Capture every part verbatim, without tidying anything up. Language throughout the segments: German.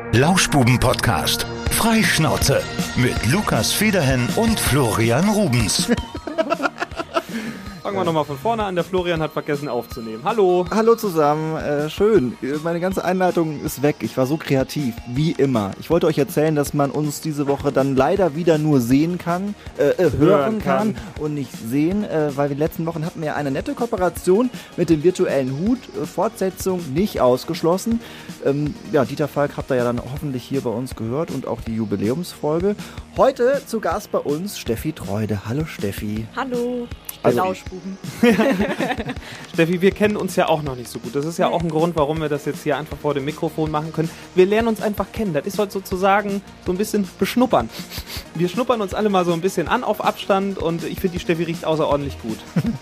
Lauschbuben-Podcast. Freischnauze. Mit Lukas Federhen und Florian Rubens. Fangen wir nochmal von vorne an. Der Florian hat vergessen aufzunehmen. Hallo. Hallo zusammen. Äh, schön. Meine ganze Einleitung ist weg. Ich war so kreativ. Wie immer. Ich wollte euch erzählen, dass man uns diese Woche dann leider wieder nur sehen kann, äh, äh, hören, hören kann. kann und nicht sehen, äh, weil wir in den letzten Wochen hatten wir eine nette Kooperation mit dem virtuellen Hut. Äh, Fortsetzung nicht ausgeschlossen. Ähm, ja, Dieter Falk habt ihr ja dann hoffentlich hier bei uns gehört und auch die Jubiläumsfolge. Heute zu Gast bei uns Steffi Treude. Hallo Steffi. Hallo. Also, Lauschbuben. Steffi, wir kennen uns ja auch noch nicht so gut. Das ist ja auch ein Grund, warum wir das jetzt hier einfach vor dem Mikrofon machen können. Wir lernen uns einfach kennen. Das ist heute sozusagen so ein bisschen beschnuppern. Wir schnuppern uns alle mal so ein bisschen an auf Abstand und ich finde, die Steffi riecht außerordentlich gut.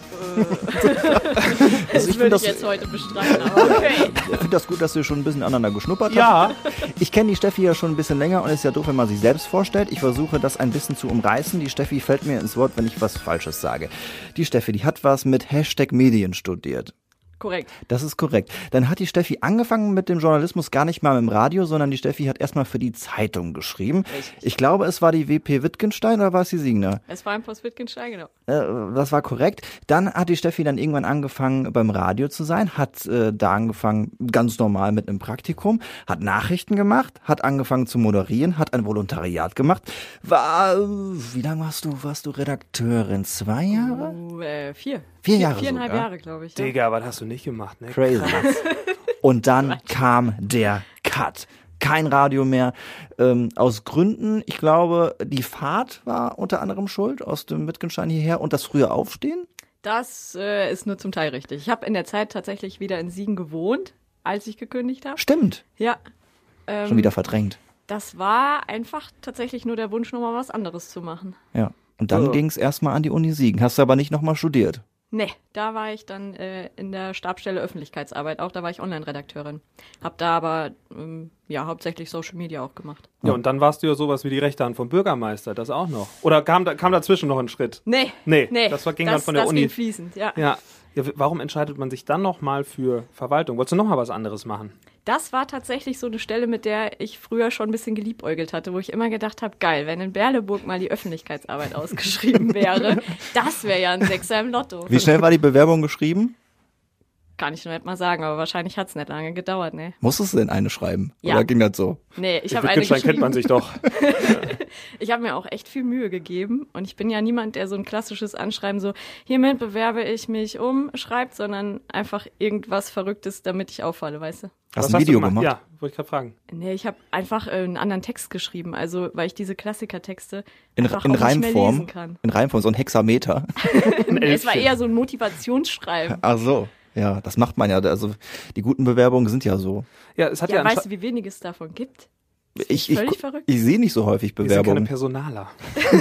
Das also würde ich jetzt heute bestreiten, aber okay. Ich finde das gut, dass du schon ein bisschen aneinander geschnuppert ja. hast. Ich kenne die Steffi ja schon ein bisschen länger und es ist ja doof, wenn man sich selbst vorstellt. Ich versuche das ein bisschen zu umreißen. Die Steffi fällt mir ins Wort, wenn ich was Falsches sage. Die Steffi, die hat was mit Hashtag Medien studiert. Korrekt. Das ist korrekt. Dann hat die Steffi angefangen mit dem Journalismus gar nicht mal im Radio, sondern die Steffi hat erstmal für die Zeitung geschrieben. Richtig. Ich glaube, es war die W P Wittgenstein oder war es die Siegner? Es war ein Post Wittgenstein, genau. Äh, das war korrekt. Dann hat die Steffi dann irgendwann angefangen beim Radio zu sein, hat äh, da angefangen ganz normal mit einem Praktikum, hat Nachrichten gemacht, hat angefangen zu moderieren, hat ein Volontariat gemacht. War, äh, wie lange warst du, warst du Redakteurin? Zwei Jahre? Uh, äh, vier. Vier Jahre Viereinhalb sogar. Jahre, glaube ich. Ja. Digga, was hast du nicht gemacht, ne? Crazy. Und dann kam der Cut. Kein Radio mehr. Ähm, aus Gründen, ich glaube, die Fahrt war unter anderem schuld, aus dem Wittgenstein hierher und das frühe Aufstehen. Das äh, ist nur zum Teil richtig. Ich habe in der Zeit tatsächlich wieder in Siegen gewohnt, als ich gekündigt habe. Stimmt. Ja. Ähm, Schon wieder verdrängt. Das war einfach tatsächlich nur der Wunsch, nochmal was anderes zu machen. Ja. Und dann So. ging es erstmal an die Uni Siegen. Hast du aber nicht nochmal studiert? Nee, da war ich dann äh, in der Stabsstelle Öffentlichkeitsarbeit auch, da war ich Online-Redakteurin. Hab da aber ähm, ja hauptsächlich Social Media auch gemacht. Ja, und dann warst du ja sowas wie die rechte Hand vom Bürgermeister, das auch noch. Oder kam, da, kam dazwischen noch ein Schritt? Nee, Nee, nee das war, ging das, dann von der das Uni. ging fließend, ja. Ja. Ja, w- warum entscheidet man sich dann nochmal für Verwaltung? Wolltest du nochmal was anderes machen? Das war tatsächlich so eine Stelle, mit der ich früher schon ein bisschen geliebäugelt hatte, wo ich immer gedacht habe, geil, wenn in Berleburg mal die Öffentlichkeitsarbeit ausgeschrieben wäre, das wäre ja ein Sechser im Lotto. Wie schnell war die Bewerbung geschrieben? Kann ich nur nicht mal sagen, aber wahrscheinlich hat es nicht lange gedauert, ne? Musstest du denn eine schreiben? Ja. Oder ging das so? Nee, ich In habe eine Wittgenstein kennt geschrieben. man sich doch. Ich habe mir auch echt viel Mühe gegeben und ich bin ja niemand, der so ein klassisches Anschreiben so, hiermit bewerbe ich mich um, schreibt, sondern einfach irgendwas Verrücktes, damit ich auffalle, weißt du? Hast Was du ein hast du Video gemacht? Ja, wollte ich gerade fragen. Nee, ich habe einfach äh, einen anderen Text geschrieben, also weil ich diese Klassikertexte In, einfach in auch nicht mehr Reimform? lesen kann. In Reimform, so ein Hexameter. Es war eher so ein Motivationsschreiben. Ach so. Ja, das macht man ja. Also die guten Bewerbungen sind ja so. Ja, es hat ja, Ja, weißt ansche- du, wie wenig es davon gibt? Das Ich, ist ich, völlig verrückt. ich sehe nicht so häufig Wir sind keine Bewerbungen. Personaler.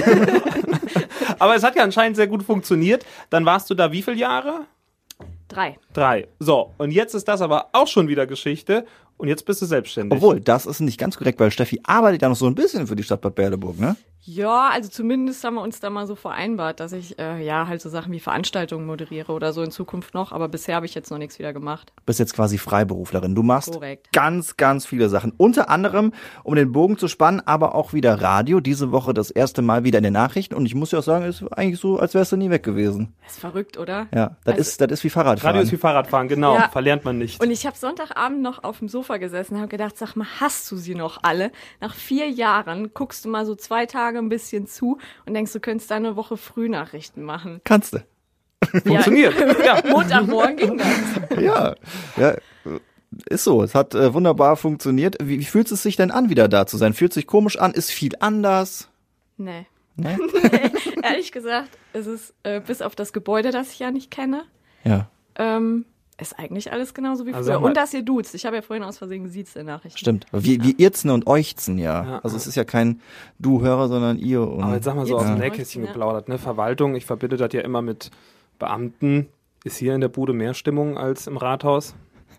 Aber es hat ja anscheinend sehr gut funktioniert. Dann warst du da wie viele Jahre? Drei. Drei. So, und jetzt ist das aber auch schon wieder Geschichte. Und jetzt bist du selbstständig. Obwohl, das ist nicht ganz korrekt, weil Steffi arbeitet ja noch so ein bisschen für die Stadt Bad Berleburg, ne? Ja, also zumindest haben wir uns da mal so vereinbart, dass ich äh, ja halt so Sachen wie Veranstaltungen moderiere oder so in Zukunft noch, aber bisher habe ich jetzt noch nichts wieder gemacht. Bist jetzt quasi Freiberuflerin. Du machst Korrekt. ganz, ganz viele Sachen. Unter anderem, um den Bogen zu spannen, aber auch wieder Radio. Diese Woche das erste Mal wieder in den Nachrichten. Und ich muss ja auch sagen, es ist eigentlich so, als wärst du nie weg gewesen. Das ist verrückt, oder? Ja, das Also- ist, das ist wie Fahrradfahren. Radio ist wie Fahrradfahren, genau. Ja. Verlernt man nicht. Und ich habe Sonntagabend noch auf dem Sofa gesessen und habe gedacht, sag mal, hast du sie noch alle? Nach vier Jahren guckst du mal so zwei Tage ein bisschen zu und denkst, du könntest da eine Woche Frühnachrichten machen. Kannst du. Funktioniert. Ja. Montagmorgen ging das. Ja, ja, ist so. Es hat äh, wunderbar funktioniert. Wie, wie fühlt es sich denn an, wieder da zu sein? Fühlt sich komisch an? Ist viel anders? Nee. Ne? Ehrlich gesagt, es ist äh, bis auf das Gebäude, das ich ja nicht kenne, Ja, ähm, ist eigentlich alles genauso wie Also früher. sag mal- Und dass ihr duzt. Ich habe ja vorhin aus Versehen gesiezt in Nachrichten. stimmt. Wir, wir irzen und euchzen, ja. Ja. Also es ist ja kein Du-Hörer, sondern ihr. Und Aber jetzt sag mal so Jetzt aus dem ja. Nähkästchen Ja. geplaudert, ne? Verwaltung, ich verbinde das ja immer mit Beamten. Ist hier in der Bude mehr Stimmung als im Rathaus?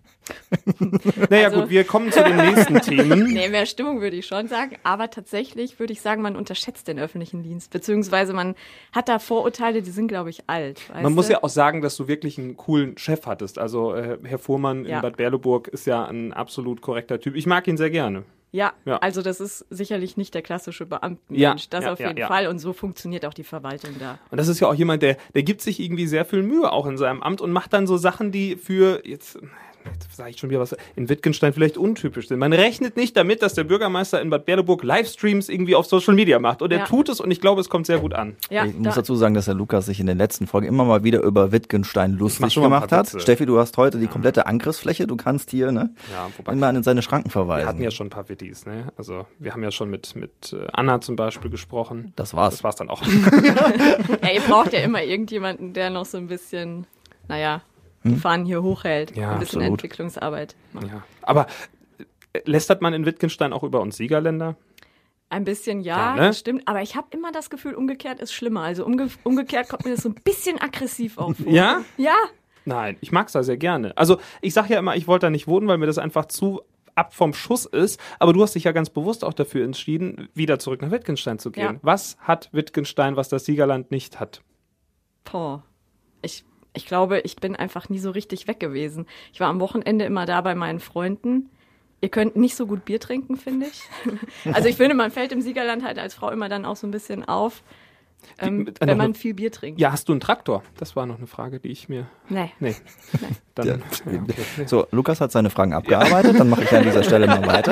Naja Also- gut, wir kommen zu den nächsten Themen. Nee, mehr Stimmung würde ich schon sagen, aber tatsächlich würde ich sagen, man unterschätzt den öffentlichen Dienst, beziehungsweise man hat da Vorurteile, die sind, glaube ich, alt. Weißt Man muss du? ja auch sagen, dass du wirklich einen coolen Chef hattest. Also äh, Herr Fuhrmann Ja. in Bad Berleburg ist ja ein absolut korrekter Typ. Ich mag ihn sehr gerne. Ja, Ja. also das ist sicherlich nicht der klassische Beamtenmensch, Ja, das ja, auf ja, jeden ja. Fall. Und so funktioniert auch die Verwaltung da. Und das ist ja auch jemand, der, der gibt sich irgendwie sehr viel Mühe auch in seinem Amt und macht dann so Sachen, die für, jetzt, jetzt sage ich schon wieder was, in Wittgenstein vielleicht untypisch sind. Man rechnet nicht damit, dass der Bürgermeister in Bad Berleburg Livestreams irgendwie auf Social Media macht. Und er Ja. tut es und ich glaube, es kommt sehr gut an. Ja, ich da, muss dazu sagen, dass der Lukas sich in den letzten Folgen immer mal wieder über Wittgenstein mach lustig schon mal ein gemacht paar hat. Witze. Steffi, du hast heute die komplette Angriffsfläche. Du kannst hier ne, Ja, wobei immer in seine Schranken verweisen. wir hatten ja schon ein paar Wittis, ne? Also wir haben ja schon mit, mit äh, Anna zum Beispiel gesprochen. das war's. Das war's dann auch. ja, ihr braucht ja immer irgendjemanden, der noch so ein bisschen, naja, die Fahnen hier hochhält. Ja, ein bisschen absolut. Entwicklungsarbeit macht. Ja. Aber äh, lästert man in Wittgenstein auch über uns Siegerländer? Ein bisschen ja, Ja, ne? das stimmt. Aber ich habe immer das Gefühl, umgekehrt ist schlimmer. Also umge umgekehrt kommt mir das so ein bisschen aggressiv auch vor. Ja? Ja. Nein, ich mag's da sehr gerne. Also ich sag ja immer, ich wollte da nicht wohnen, weil mir das einfach zu ab vom Schuss ist. Aber du hast dich ja ganz bewusst auch dafür entschieden, wieder zurück nach Wittgenstein zu gehen. Ja. Was hat Wittgenstein, was das Siegerland nicht hat? Boah. Ich, ich glaube, ich bin einfach nie so richtig weg gewesen. Ich war am Wochenende immer da bei meinen Freunden. Ihr könnt nicht so gut Bier trinken, finde ich. Also ich finde, man fällt im Siegerland halt als Frau immer dann auch so ein bisschen auf, ähm, Die- äh, noch wenn man eine- viel Bier trinkt. Ja, hast du einen Traktor? Das war noch eine Frage, die ich mir... Nee. Nee. Dann, Ja. ja, okay. So, Lukas hat seine Fragen abgearbeitet, dann mache ich an dieser Stelle mal weiter.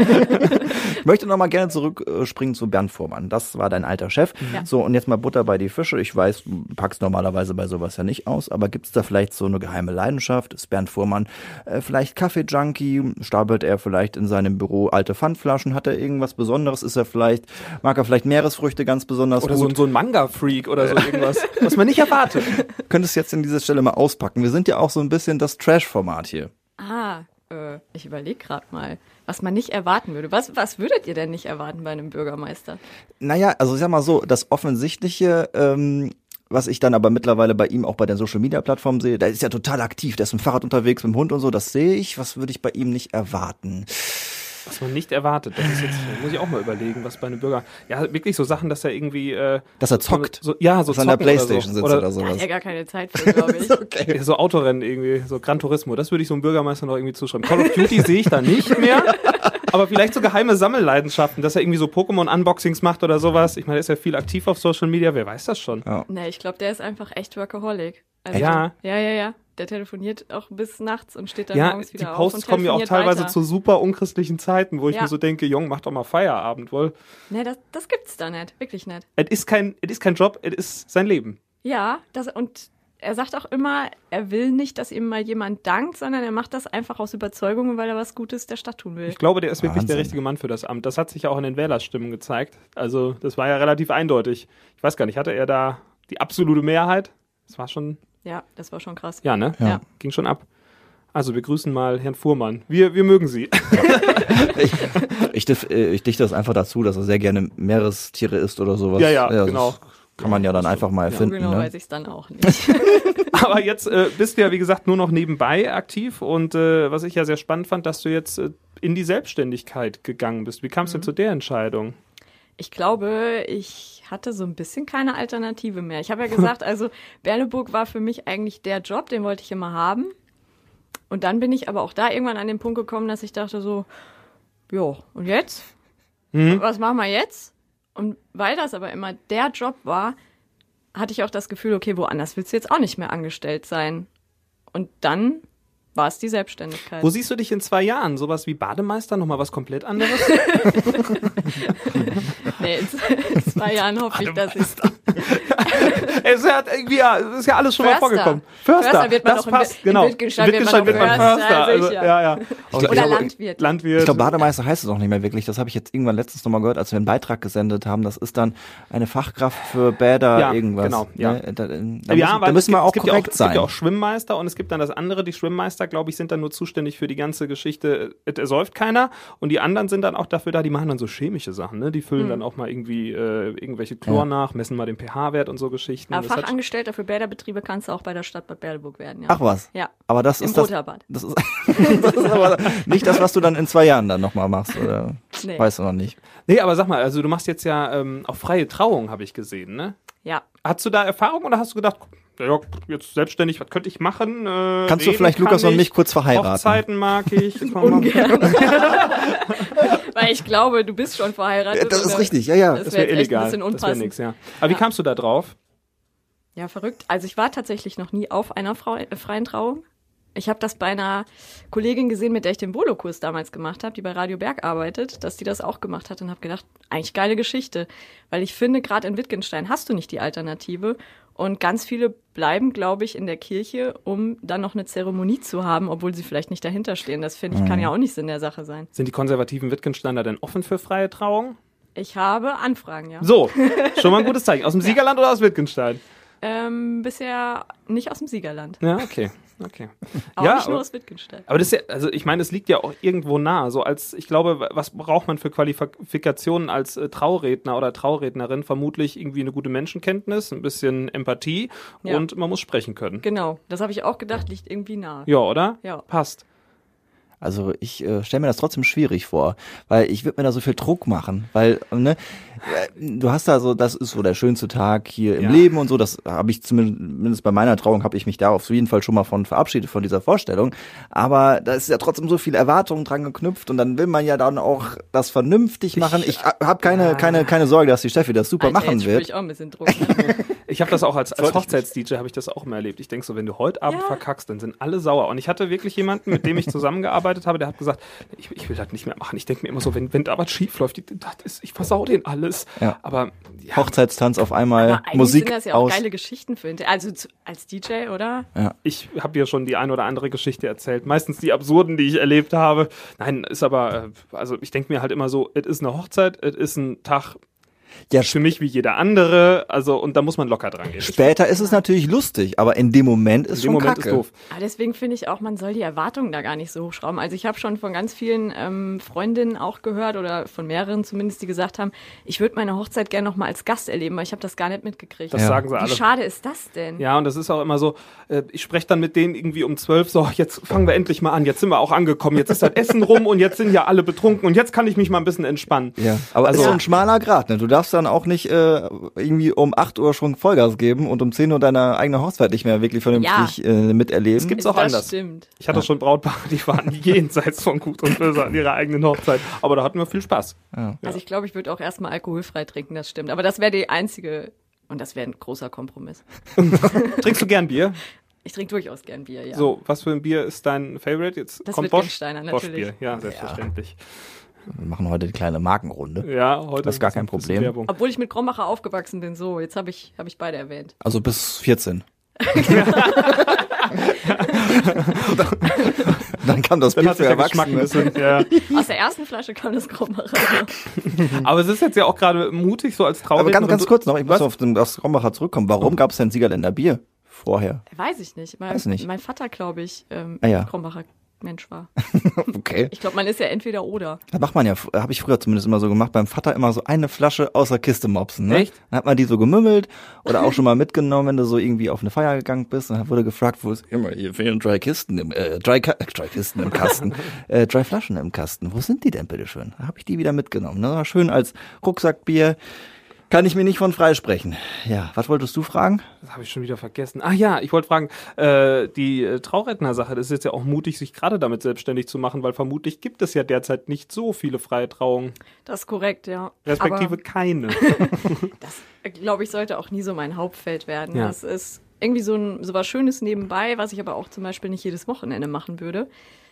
Ich möchte noch mal gerne zurückspringen zu Bernd Fuhrmann. Das war dein alter Chef. Ja. So, und jetzt mal Butter bei die Fische. Ich weiß, du packst normalerweise bei sowas ja nicht aus, aber gibt es da vielleicht so eine geheime Leidenschaft? Ist Bernd Fuhrmann äh, vielleicht Kaffee-Junkie? Stapelt er vielleicht in seinem Büro alte Pfandflaschen? Hat er irgendwas Besonderes? Ist er vielleicht, mag er vielleicht Meeresfrüchte ganz besonders Oder so, gut? ein- so ein Manga-Freak oder so irgendwas, was man nicht erwartet. Könntest jetzt in dieser Stelle mal auspacken. Wir sind ja auch so ein bisschen das Trash-Format hier. Ah, äh, ich überlege gerade mal, was man nicht erwarten würde. Was, was würdet ihr denn nicht erwarten bei einem Bürgermeister? Naja, also ich sag mal so, das Offensichtliche, ähm, was ich dann aber mittlerweile bei ihm auch bei der Social-Media-Plattform sehe, der ist ja total aktiv, der ist mit dem Fahrrad unterwegs, mit dem Hund und so, das sehe ich. Was würde ich bei ihm nicht erwarten? Was man nicht erwartet. Das ist jetzt, muss ich auch mal überlegen, was bei einem Bürger... Ja, wirklich so Sachen, dass er irgendwie... Äh, Dass er zockt. So, ja, so Dass er an der zocken oder Playstation so. sitzt Oder, oder Da sowas. hat er gar keine Zeit für, glaube ich. Okay. Ja, so Autorennen irgendwie, so Gran Turismo, das würde ich so einem Bürgermeister noch irgendwie zuschreiben. Call of Duty sehe ich da nicht mehr, aber vielleicht so geheime Sammelleidenschaften, dass er irgendwie so Pokémon-Unboxings macht oder sowas. Ich meine, er ist ja viel aktiv auf Social Media, wer weiß das schon. Ja. Nee, ich glaube, der ist einfach echt Workaholic. Also, Ja. Ja, ja, ja. Der telefoniert auch bis nachts und steht dann Ja, morgens die wieder auf Posts und kommen ja auch telefoniert teilweise weiter. zu super unchristlichen Zeiten, wo ich Ja. mir so denke, Jung, mach doch mal Feierabend, wohl. Nee, das, das gibt's da nicht. Wirklich nicht. Es ist kein, es ist kein Job, es ist sein Leben. Ja, das, und er sagt auch immer, er will nicht, dass ihm mal jemand dankt, sondern er macht das einfach aus Überzeugung, weil er was Gutes der Stadt tun will. Ich glaube, der ist wirklich Wahnsinn. der richtige Mann für das Amt. Das hat sich ja auch in den Wählerstimmen gezeigt. Also, das war ja relativ eindeutig. Ich weiß gar nicht, hatte er da die absolute Mehrheit? Das war schon, Ja, das war schon krass. ja, ne? Ja. Ja. Ging schon ab. Also, wir grüßen mal Herrn Fuhrmann. Wir, wir mögen Sie. Ich, ich, dif- äh, ich dichte das einfach dazu, dass er sehr gerne Meerestiere isst oder sowas. Ja, ja, das genau. Kann man ja dann einfach mal So erfinden. genau ne? weiß ich es dann auch nicht. Aber jetzt äh, bist du ja, wie gesagt, nur noch nebenbei aktiv. Und äh, was ich ja sehr spannend fand, dass du jetzt äh, in die Selbstständigkeit gegangen bist. Wie kam es denn zu der Entscheidung? Ich glaube, ich hatte so ein bisschen keine Alternative mehr. Ich habe ja gesagt, also Berleburg war für mich eigentlich der Job, den wollte ich immer haben. Und dann bin ich aber auch da irgendwann an den Punkt gekommen, dass ich dachte so, jo, und jetzt? Mhm. Was machen wir jetzt? Und weil das aber immer der Job war, hatte ich auch das Gefühl, okay, woanders willst du jetzt auch nicht mehr angestellt sein. Und dann war es die Selbstständigkeit. Wo siehst du dich in zwei Jahren? Sowas wie Bademeister? Nochmal was komplett anderes? Nee, in in zwei Jahren hoffe ich, dass ich... es ist ja, irgendwie, ja, es ist ja alles schon mal Förster. vorgekommen. Förster wird man das doch in passt, Wi- in genau. Wittgenstein In wird man Wittgenstein doch Förster, Also, sicher. ja, ja. Ich glaub- Oder ich glaub- Landwirt. Landwirt. Ich glaube, Bademeister heißt es auch nicht mehr wirklich. Das habe ich jetzt irgendwann letztens nochmal gehört, als wir einen Beitrag gesendet haben. Das ist dann eine Fachkraft für Bäder, Ja, irgendwas. genau, ja. Ne? Da, da, da ja, müssen, weil da müssen wir es auch gibt, es gibt korrekt ja auch, sein. Es gibt ja auch Schwimmmeister und es gibt dann das andere. Die Schwimmmeister, glaube ich, sind dann nur zuständig für die ganze Geschichte. Es ersäuft keiner. Und die anderen sind dann auch dafür da, die machen dann so chemische Sachen. Ne? Die füllen dann auch mal irgendwie äh, irgendwelche Chlor Ja. nach, messen mal den pH-Wert und so Geschichten. Aber Das hat- Fachangestellter für Bäderbetriebe kannst du auch bei der Stadt Bad Berleburg werden, ja. Ach was. Ja. Aber das Im ist das, Roterbad. das ist, das ist aber nicht das, was du dann in zwei Jahren dann nochmal machst, oder? Nee. Weißt du noch nicht. Nee, aber sag mal, also du machst jetzt ja ähm, auch freie Trauung, habe ich gesehen, ne? Ja. Hast du da Erfahrung oder hast du gedacht, ja, ja, jetzt selbstständig, was könnte ich machen? Äh, Kannst du reden vielleicht kann Lukas und ich, mich kurz verheiraten? Hochzeiten mag ich. Ungern. Weil ich glaube, du bist schon verheiratet. Ja, das ist oder? richtig, ja, ja. Das Das wäre wäre wär echt ein illegal. bisschen Das wäre unpassend. nix, ja. Aber wie Ja. kamst du da drauf? Ja, verrückt. Also ich war tatsächlich noch nie auf einer Frau, äh, freien Trauung. Ich habe das bei einer Kollegin gesehen, mit der ich den Volokurs damals gemacht habe, die bei Radio Berg arbeitet, dass die das auch gemacht hat und habe gedacht, eigentlich geile Geschichte. Weil ich finde, gerade in Wittgenstein hast du nicht die Alternative und ganz viele bleiben, glaube ich, in der Kirche, um dann noch eine Zeremonie zu haben, obwohl sie vielleicht nicht dahinter stehen. Das finde ich, kann ja auch nicht Sinn der Sache sein. Sind die konservativen Wittgensteiner denn offen für freie Trauung? Ich habe Anfragen, ja. So, schon mal ein gutes Zeichen. Aus dem Siegerland oder aus Wittgenstein? Ähm, bisher nicht aus dem Siegerland. Ja, okay. Okay. Auch ja, nicht nur aber, aus Wittgenstein. aber das ist ja, also ich meine, es liegt ja auch irgendwo nah. So als, ich glaube, was braucht man für Qualifikationen als äh, Trauredner oder Traurednerin? Vermutlich irgendwie eine gute Menschenkenntnis, ein bisschen Empathie Ja. und man muss sprechen können. Genau, das habe ich auch gedacht, liegt irgendwie nah. Ja, oder? Ja. Passt. Also ich äh, stelle mir das trotzdem schwierig vor, weil ich würde mir da so viel Druck machen, weil ne, äh, du hast da so, das ist so der schönste Tag hier im Ja. Leben und so, das habe ich zumindest bei meiner Trauung habe ich mich da auf jeden Fall schon mal von verabschiedet von dieser Vorstellung, aber da ist ja trotzdem so viel Erwartung dran geknüpft und dann will man ja dann auch das vernünftig machen. Ich habe keine ja. keine keine Sorge, dass die Steffi das super Alter, machen jetzt spür wird. ich auch ein bisschen Druck. Ne? Ich habe das auch als, als Sollte ich Hochzeits-D J habe ich das auch immer erlebt. Ich denke so, wenn du heute Abend Ja. verkackst, dann sind alle sauer. Und ich hatte wirklich jemanden, mit dem ich zusammengearbeitet habe, der hat gesagt, ich, ich will das nicht mehr machen. Ich denke mir immer so, wenn, wenn da was schief läuft, ich, das ist, ich versau den alles. Ja. Aber ja, Hochzeitstanz auf einmal, Aber eigentlich Musik sind das ja auch aus. geile Geschichten für Inter- Also zu, als D J, oder? ich habe dir schon die ein oder andere Geschichte erzählt. Meistens die absurden, die ich erlebt habe. Nein, ist aber, äh, also ich denke mir halt immer so, es ist eine Hochzeit, es ist ein Tag Ja, für mich wie jeder andere. Also, und da muss man locker dran gehen. später ist es natürlich lustig, aber in dem Moment ist In dem schon Moment Kacke. ist doof. Aber deswegen finde ich auch, man soll die Erwartungen da gar nicht so hochschrauben. Also ich habe schon von ganz vielen ähm, Freundinnen auch gehört oder von mehreren zumindest, die gesagt haben, ich würde meine Hochzeit gerne noch mal als Gast erleben, aber ich habe das gar nicht mitgekriegt. Das Ja. sagen sie Wie alle. schade ist das denn? Ja, und das ist auch immer so, äh, ich spreche dann mit denen irgendwie um zwölf, so, jetzt fangen wir endlich mal an, jetzt sind wir auch angekommen, jetzt ist das Essen rum und jetzt sind ja alle betrunken und jetzt kann ich mich mal ein bisschen entspannen. Ja, aber Also- es ist so ein schmaler Grat, ne? Du darfst dann auch nicht äh, irgendwie um acht Uhr schon Vollgas geben und um zehn Uhr deine eigene Hochzeit nicht mehr wirklich vernünftig äh, miterleben. Das gibt's auch das anders. stimmt. Ich hatte schon Brautpaare, die waren jenseits von Gut und Böse an ihrer eigenen Hochzeit, aber da hatten wir viel Spaß. Also ich glaube, ich würde auch erstmal alkoholfrei trinken, das stimmt. Aber das wäre die einzige, und das wäre ein großer Kompromiss. Trinkst du gern Bier? Ich trinke durchaus gern Bier, ja. So, was für ein Bier ist dein Favorite? Jetzt Das kommt Bosch. Wittgensteiner, natürlich. Bosch-Bier, ja, selbstverständlich. Wir machen heute eine kleine Markenrunde. Ja, heute Das ist gar kein ein bisschen Problem. Werbung. Obwohl ich mit Krombacher aufgewachsen bin, so, jetzt habe ich, hab ich beide erwähnt. Also bis vierzehn. Dann kam das Dann Bier hat für sich der Geschmack ein Erwachsene. bisschen, ja. Aus der ersten Flasche kam das Krombacher. Aber es ist jetzt ja auch gerade mutig, so als Trauredner. Aber ganz, ganz kurz noch, ich muss Was? auf den, das Krombacher zurückkommen. Warum gab es denn Siegerländer Bier vorher? Weiß ich nicht. Mein, Weiß nicht. mein Vater, glaube ich, ähm, Ah, ja. Krombacher Mensch war. Okay. Ich glaube, man ist ja entweder oder. Das macht man ja, habe ich früher zumindest immer so gemacht, beim Vater immer so eine Flasche aus der Kiste mopsen. Ne? Echt? Dann hat man die so gemümmelt oder auch schon mal mitgenommen, wenn du so irgendwie auf eine Feier gegangen bist und dann wurde gefragt, wo ist immer, hier fehlen drei Kisten im, äh, drei, Ka drei Kisten im Kasten, äh, drei Flaschen im Kasten. Wo sind die denn bitteschön? Da habe ich die wieder mitgenommen. Ne? War schön als Rucksackbier. Kann ich mir nicht von freisprechen. Ja, was wolltest du fragen? Das habe ich schon wieder vergessen. Ach ja, ich wollte fragen, äh, die äh, Trauredner-Sache, das ist jetzt ja auch mutig, sich gerade damit selbstständig zu machen, weil vermutlich gibt es ja derzeit nicht so viele freie Trauungen, Das ist korrekt, ja. respektive Aber keine. das, glaube ich, sollte auch nie so mein Hauptfeld werden. Ja. Das ist irgendwie so, ein, so was Schönes nebenbei, was ich aber auch zum Beispiel nicht jedes Wochenende machen würde,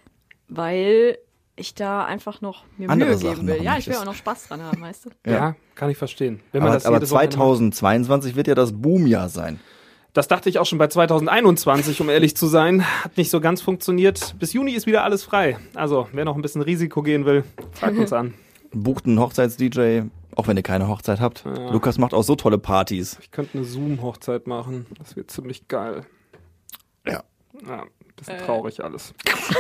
weil ich da einfach noch mir Andere Mühe Sachen geben will. noch Ja, ich will möchtest. auch noch Spaß dran haben, weißt du? Ja, kann ich verstehen. Wenn man Aber, das aber jedes Wochenende macht. zweitausendzweiundzwanzig wird ja das Boomjahr sein. Das dachte ich auch schon bei zweitausendeinundzwanzig, um ehrlich zu sein. Hat nicht so ganz funktioniert. Bis Juni ist wieder alles frei. Also, wer noch ein bisschen Risiko gehen will, fragt uns an. Bucht einen Hochzeits-D J, auch wenn ihr keine Hochzeit habt. Ja. Lukas macht auch so tolle Partys. Ich könnte eine Zoom-Hochzeit machen. Das wird ziemlich geil. Ja. Ja, ein bisschen Äh. traurig alles.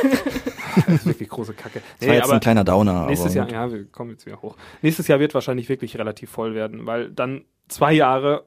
Das ist wirklich große Kacke. Das war jetzt ein kleiner Downer. Nächstes aber Jahr, ja, wir kommen jetzt wieder hoch. Nächstes Jahr wird wahrscheinlich wirklich relativ voll werden, weil dann zwei Jahre,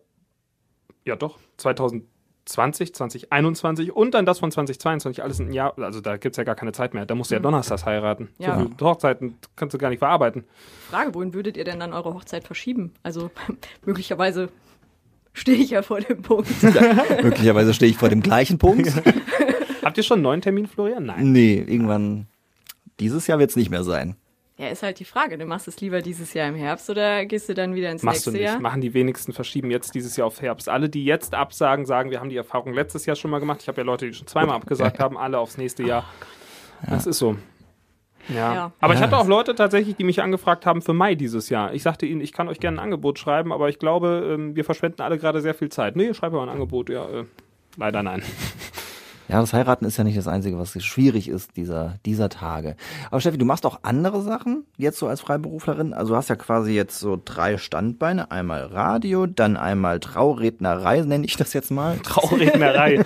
ja doch, zweitausendzwanzig, zweitausendeinundzwanzig und dann das von zweitausendzweiundzwanzig, alles in ein Jahr, also da gibt's ja gar keine Zeit mehr. Da musst du ja donnerstags heiraten. Ja. So viele Hochzeiten kannst du gar nicht verarbeiten. Frage, wohin würdet ihr denn dann eure Hochzeit verschieben? Also möglicherweise stehe ich ja vor dem Punkt. möglicherweise stehe ich vor dem gleichen Punkt. Habt ihr schon einen neuen Termin, Florian? Nein. Nee, irgendwann. Dieses Jahr wird es nicht mehr sein. Ja, ist halt die Frage. Du machst es lieber dieses Jahr im Herbst oder gehst du dann wieder ins Machst nächste du nicht. Jahr? Machen die wenigsten, verschieben jetzt dieses Jahr auf Herbst. Alle, die jetzt absagen, sagen, wir haben die Erfahrung letztes Jahr schon mal gemacht. Ich habe ja Leute, die schon zweimal abgesagt haben, alle aufs nächste Jahr. Das ist so. Ja. Ja. Aber ich Ja. hatte auch Leute tatsächlich, die mich angefragt haben für Mai dieses Jahr. Ich sagte ihnen, ich kann euch gerne ein Angebot schreiben, aber ich glaube, ähm, wir verschwenden alle gerade sehr viel Zeit. Nee, schreibe mal ein Angebot. Ja, äh, leider nein. Ja, das Heiraten ist ja nicht das Einzige, was schwierig ist dieser, dieser Tage. Aber Steffi, du machst auch andere Sachen jetzt so als Freiberuflerin. Also du hast ja quasi jetzt so drei Standbeine. Einmal Radio, dann einmal Traurednerei, nenne ich das jetzt mal. Traurednerei.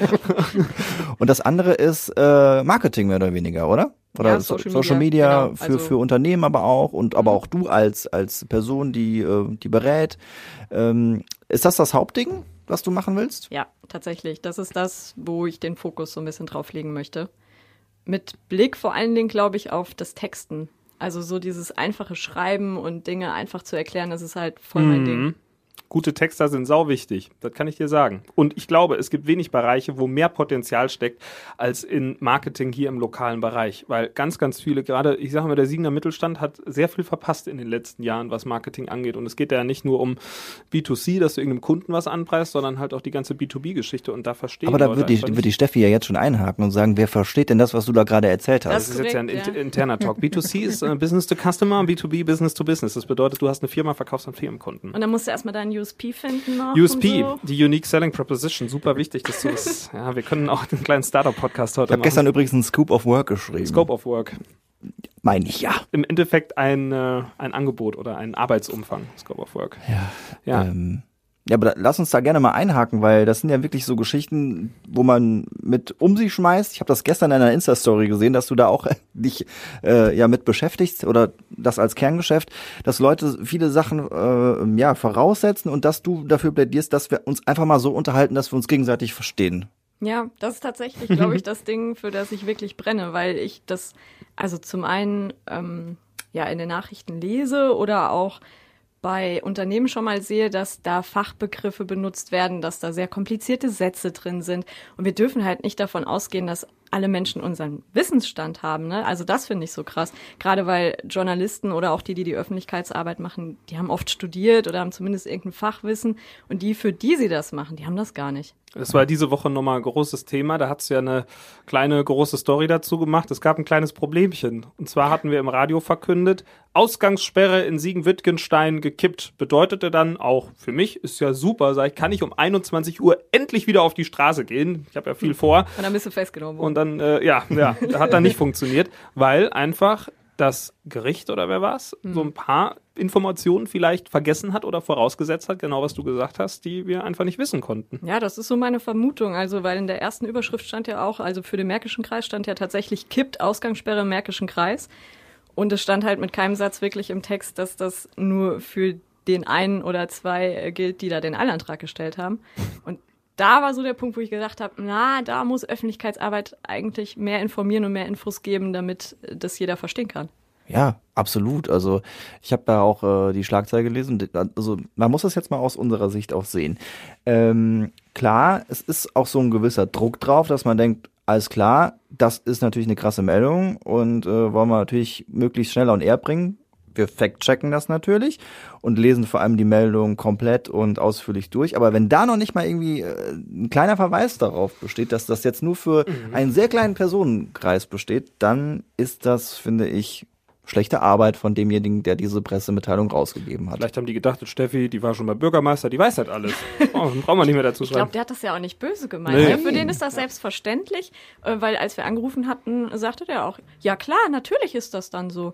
Und das andere ist äh, Marketing mehr oder weniger, oder? Oder Ja, So- Social Social Media, Media genau. für, Also- für Unternehmen aber auch und aber auch du als, als Person, die, äh, die berät. Ähm, ist das das Hauptding, was du machen willst? Ja, tatsächlich. Das ist das, wo ich den Fokus so ein bisschen drauf legen möchte. Mit Blick vor allen Dingen, glaube ich, auf das Texten. Also so dieses einfache Schreiben und Dinge einfach zu erklären, das ist halt voll mein Ding. Gute Texter sind sau wichtig, das kann ich dir sagen. Und ich glaube, es gibt wenig Bereiche, wo mehr Potenzial steckt, als in Marketing hier im lokalen Bereich. Weil ganz, ganz viele, gerade, ich sage mal, der Siegener Mittelstand hat sehr viel verpasst in den letzten Jahren, was Marketing angeht. Und es geht ja nicht nur um B zwei C, dass du irgendeinem Kunden was anpreist, sondern halt auch die ganze B zwei B-Geschichte. Und da verstehen Aber da Leute wird die, einfach wird nicht. die Steffi ja jetzt schon einhaken und sagen, wer versteht denn das, was du da gerade erzählt Das hast? ist jetzt ja ein korrekt, int- ja. interner Talk. B zwei C ist äh, Business to Customer, B zwei B Business to Business. Das bedeutet, du hast eine Firma, verkaufst an Firmenkunden. Und dann musst du erstmal deinen U S P finden noch. U S P, und so. die Unique Selling Proposition, super wichtig, dass du das, ja, wir können auch einen kleinen Startup-Podcast heute Ich habe machen. gestern übrigens einen Scoop of Work geschrieben. Scope of Work. Meine ich, ja. Im Endeffekt ein, äh, ein Angebot oder ein Arbeitsumfang, Scope of Work. Ja. Ja. Ähm, ja, aber da, lass uns da gerne mal einhaken, weil das sind ja wirklich so Geschichten, wo man mit um sich schmeißt. Ich habe das gestern in einer Insta-Story gesehen, dass du da auch dich äh, ja mit beschäftigst oder das als Kerngeschäft, dass Leute viele Sachen äh, ja voraussetzen und dass du dafür plädierst, dass wir uns einfach mal so unterhalten, dass wir uns gegenseitig verstehen. Ja, das ist tatsächlich, glaube ich, das Ding, für das ich wirklich brenne, weil ich das, also zum einen ähm, ja in den Nachrichten lese oder auch bei Unternehmen schon mal sehe, dass da Fachbegriffe benutzt werden, dass da sehr komplizierte Sätze drin sind. Und wir dürfen halt nicht davon ausgehen, dass alle Menschen unseren Wissensstand haben. Ne? Also das finde ich so krass. Gerade weil Journalisten oder auch die, die die Öffentlichkeitsarbeit machen, die haben oft studiert oder haben zumindest irgendein Fachwissen. Und die, für die sie das machen, die haben das gar nicht. Das war diese Woche nochmal ein großes Thema. Da hat es ja eine kleine, große Story dazu gemacht. Es gab ein kleines Problemchen. Und zwar hatten wir im Radio verkündet, Ausgangssperre in Siegen-Wittgenstein gekippt. Bedeutete dann auch, für mich ist ja super, sag ich, kann ich um einundzwanzig Uhr endlich wieder auf die Straße gehen. Ich habe ja viel vor. Und dann bist du festgenommen worden. Und dann, äh, ja, ja, hat dann nicht funktioniert, weil einfach das Gericht oder wer war's, so ein paar Informationen vielleicht vergessen hat oder vorausgesetzt hat, genau was du gesagt hast, die wir einfach nicht wissen konnten. Ja, das ist so meine Vermutung. Also, weil in der ersten Überschrift stand ja auch, also für den Märkischen Kreis stand ja tatsächlich kippt Ausgangssperre im Märkischen Kreis. Und es stand halt mit keinem Satz wirklich im Text, dass das nur für den einen oder zwei äh, gilt, die da den Eilantrag gestellt haben. Und da war so der Punkt, wo ich gedacht habe, na, da muss Öffentlichkeitsarbeit eigentlich mehr informieren und mehr Infos geben, damit das jeder verstehen kann. Ja, absolut. Also ich habe da auch äh, die Schlagzeile gelesen. Also man muss das jetzt mal aus unserer Sicht auch sehen. Ähm, klar, es ist auch so ein gewisser Druck drauf, dass man denkt, alles klar, das ist natürlich eine krasse Meldung und äh, wollen wir natürlich möglichst schnell on air bringen. Wir fact-checken das natürlich und lesen vor allem die Meldung komplett und ausführlich durch. Aber wenn da noch nicht mal irgendwie äh, ein kleiner Verweis darauf besteht, dass das jetzt nur für mhm. einen sehr kleinen Personenkreis besteht, dann ist das, finde ich, schlechte Arbeit von demjenigen, der diese Pressemitteilung rausgegeben hat. Vielleicht haben die gedacht, Steffi, die war schon mal Bürgermeister, die weiß halt alles. Oh, dann brauchen wir nicht mehr dazu Ich glaube, schreiben. der hat das ja auch nicht böse gemeint. Nee. Ja, für den ist das selbstverständlich, äh, weil als wir angerufen hatten, sagte der auch, ja klar, natürlich ist das dann so.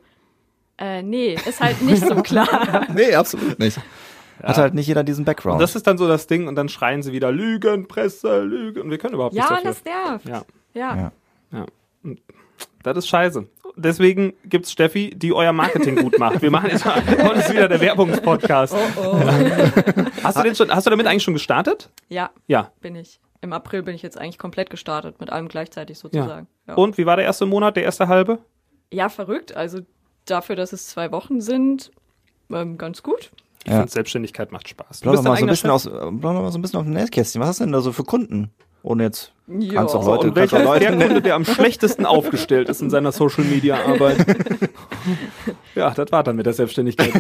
Äh, nee, ist halt nicht so klar. Nee, absolut nicht. Hat halt nicht jeder diesen Background. Und das ist dann so das Ding und dann schreien sie wieder Lügen, Presse, Lügen und wir können überhaupt Ja, nichts dafür. das nervt. Ja. Ja. Ja. Ja. Und das ist scheiße. Deswegen gibt's Steffi, die euer Marketing gut macht. Wir machen jetzt mal, heute ist wieder der Werbungspodcast. Oh, oh. Hast du denn schon, hast du damit eigentlich schon gestartet? Ja, Ja. bin ich. Im April bin ich jetzt eigentlich komplett gestartet, mit allem gleichzeitig sozusagen. Ja, Und wie war der erste Monat, der erste halbe? ja verrückt. Also dafür, dass es zwei Wochen sind, ähm, ganz gut. Ich Ja. finde, Selbstständigkeit macht Spaß. Du Plauder bist mal dein so ein eigener bisschen Chef. aus, plauder mal so ein bisschen auf dem Nähkästchen. Was hast du denn da so für Kunden? Ohne jetzt Ja. kannst auch So, Leute, und kannst auch welcher ist Leute der Kunde, der am schlechtesten aufgestellt ist in seiner Social-Media-Arbeit? Ja, das war dann mit der Selbstständigkeit.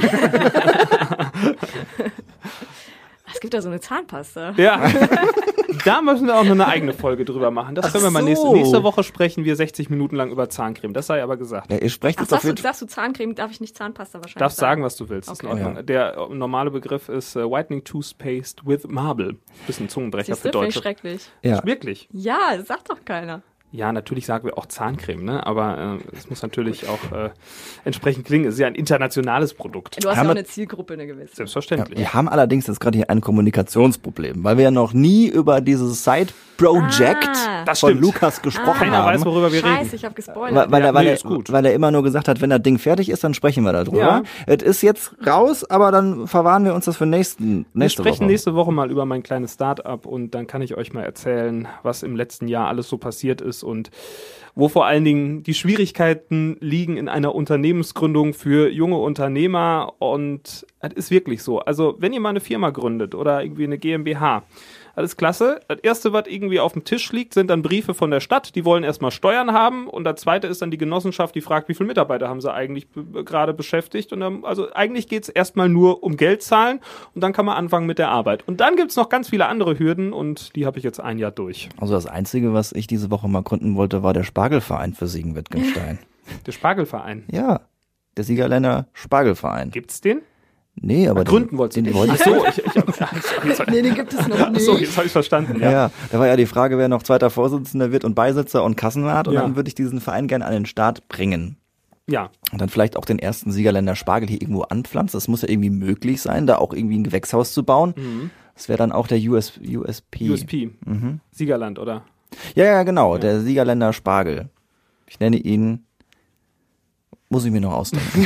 Es gibt da so eine Zahnpasta. Ja, da müssen wir auch noch eine eigene Folge drüber machen. Das können wir mal so. nächste, nächste Woche sprechen wir sechzig Minuten lang über Zahncreme. Das sei aber gesagt. Ja, ihr sprecht Ach, jetzt auf sagst du, jeden Fall. sagst du Zahncreme, darf ich nicht Zahnpasta wahrscheinlich Darfst sagen, was du willst. Ist in Okay. Ordnung. Der äh, normale Begriff ist äh, Whitening Toothpaste with Marble. Bisschen Zungenbrecher Siehst für du, finde ich Deutsche. schrecklich. Ja. Wirklich? Ja, das sagt doch keiner. Ja, natürlich sagen wir auch Zahncreme, ne? Aber äh, es muss natürlich auch äh, entsprechend klingen. Es ist ja ein internationales Produkt. Du hast Haben ja auch wir- eine Zielgruppe, eine gewisse. Selbstverständlich. Wir haben allerdings jetzt gerade hier ein Kommunikationsproblem, weil wir ja noch nie über dieses Side-Project Ah. Das von stimmt. Lukas gesprochen Keiner haben. weiß, worüber wir Scheiße, reden. ich habe gespoilert. Weil, weil, Ja, er, weil, nee, er, ist gut. weil er immer nur gesagt hat, wenn das Ding fertig ist, dann sprechen wir darüber. Ja. Es ist jetzt raus, aber dann verwahren wir uns das für nächsten, Wir nächste sprechen Woche. nächste Woche mal über mein kleines Start-up und dann kann ich euch mal erzählen, was im letzten Jahr alles so passiert ist und wo vor allen Dingen die Schwierigkeiten liegen in einer Unternehmensgründung für junge Unternehmer. Und es ist wirklich so. Also wenn ihr mal eine Firma gründet oder irgendwie eine GmbH, alles klasse. Das Erste, was irgendwie auf dem Tisch liegt, sind dann Briefe von der Stadt. Die wollen erstmal Steuern haben. Und das Zweite ist dann die Genossenschaft, die fragt, wie viele Mitarbeiter haben sie eigentlich b- gerade beschäftigt. Und dann, also eigentlich geht es erstmal nur um Geld zahlen. Und dann kann man anfangen mit der Arbeit. Und dann gibt es noch ganz viele andere Hürden. Und die habe ich jetzt ein Jahr durch. Also das Einzige, was ich diese Woche mal gründen wollte, war der Spargelverein für Siegen-Wittgenstein. Der Spargelverein. Ja, der Siegerländer Spargelverein. Gibt's den? Nee, aber Gründen den, wolltest du den nicht. wollte Ach ich so, ich, ich, ich, ich, Nee, den gibt es noch nicht. so, jetzt habe ich verstanden. Ja. Ja. ja, da war ja die Frage, wer noch zweiter Vorsitzender wird und Beisitzer und Kassenwart. Und Ja. dann würde ich diesen Verein gerne an den Start bringen. ja. Und dann vielleicht auch den ersten Siegerländer Spargel hier irgendwo anpflanzen. Das muss ja irgendwie möglich sein, da auch irgendwie ein Gewächshaus zu bauen. Mhm. Das wäre dann auch der U S, U S P. U S P. Mhm. Siegerland, oder? Ja, ja, genau, der Siegerländer Spargel. Ich nenne ihn, muss ich mir noch ausdenken.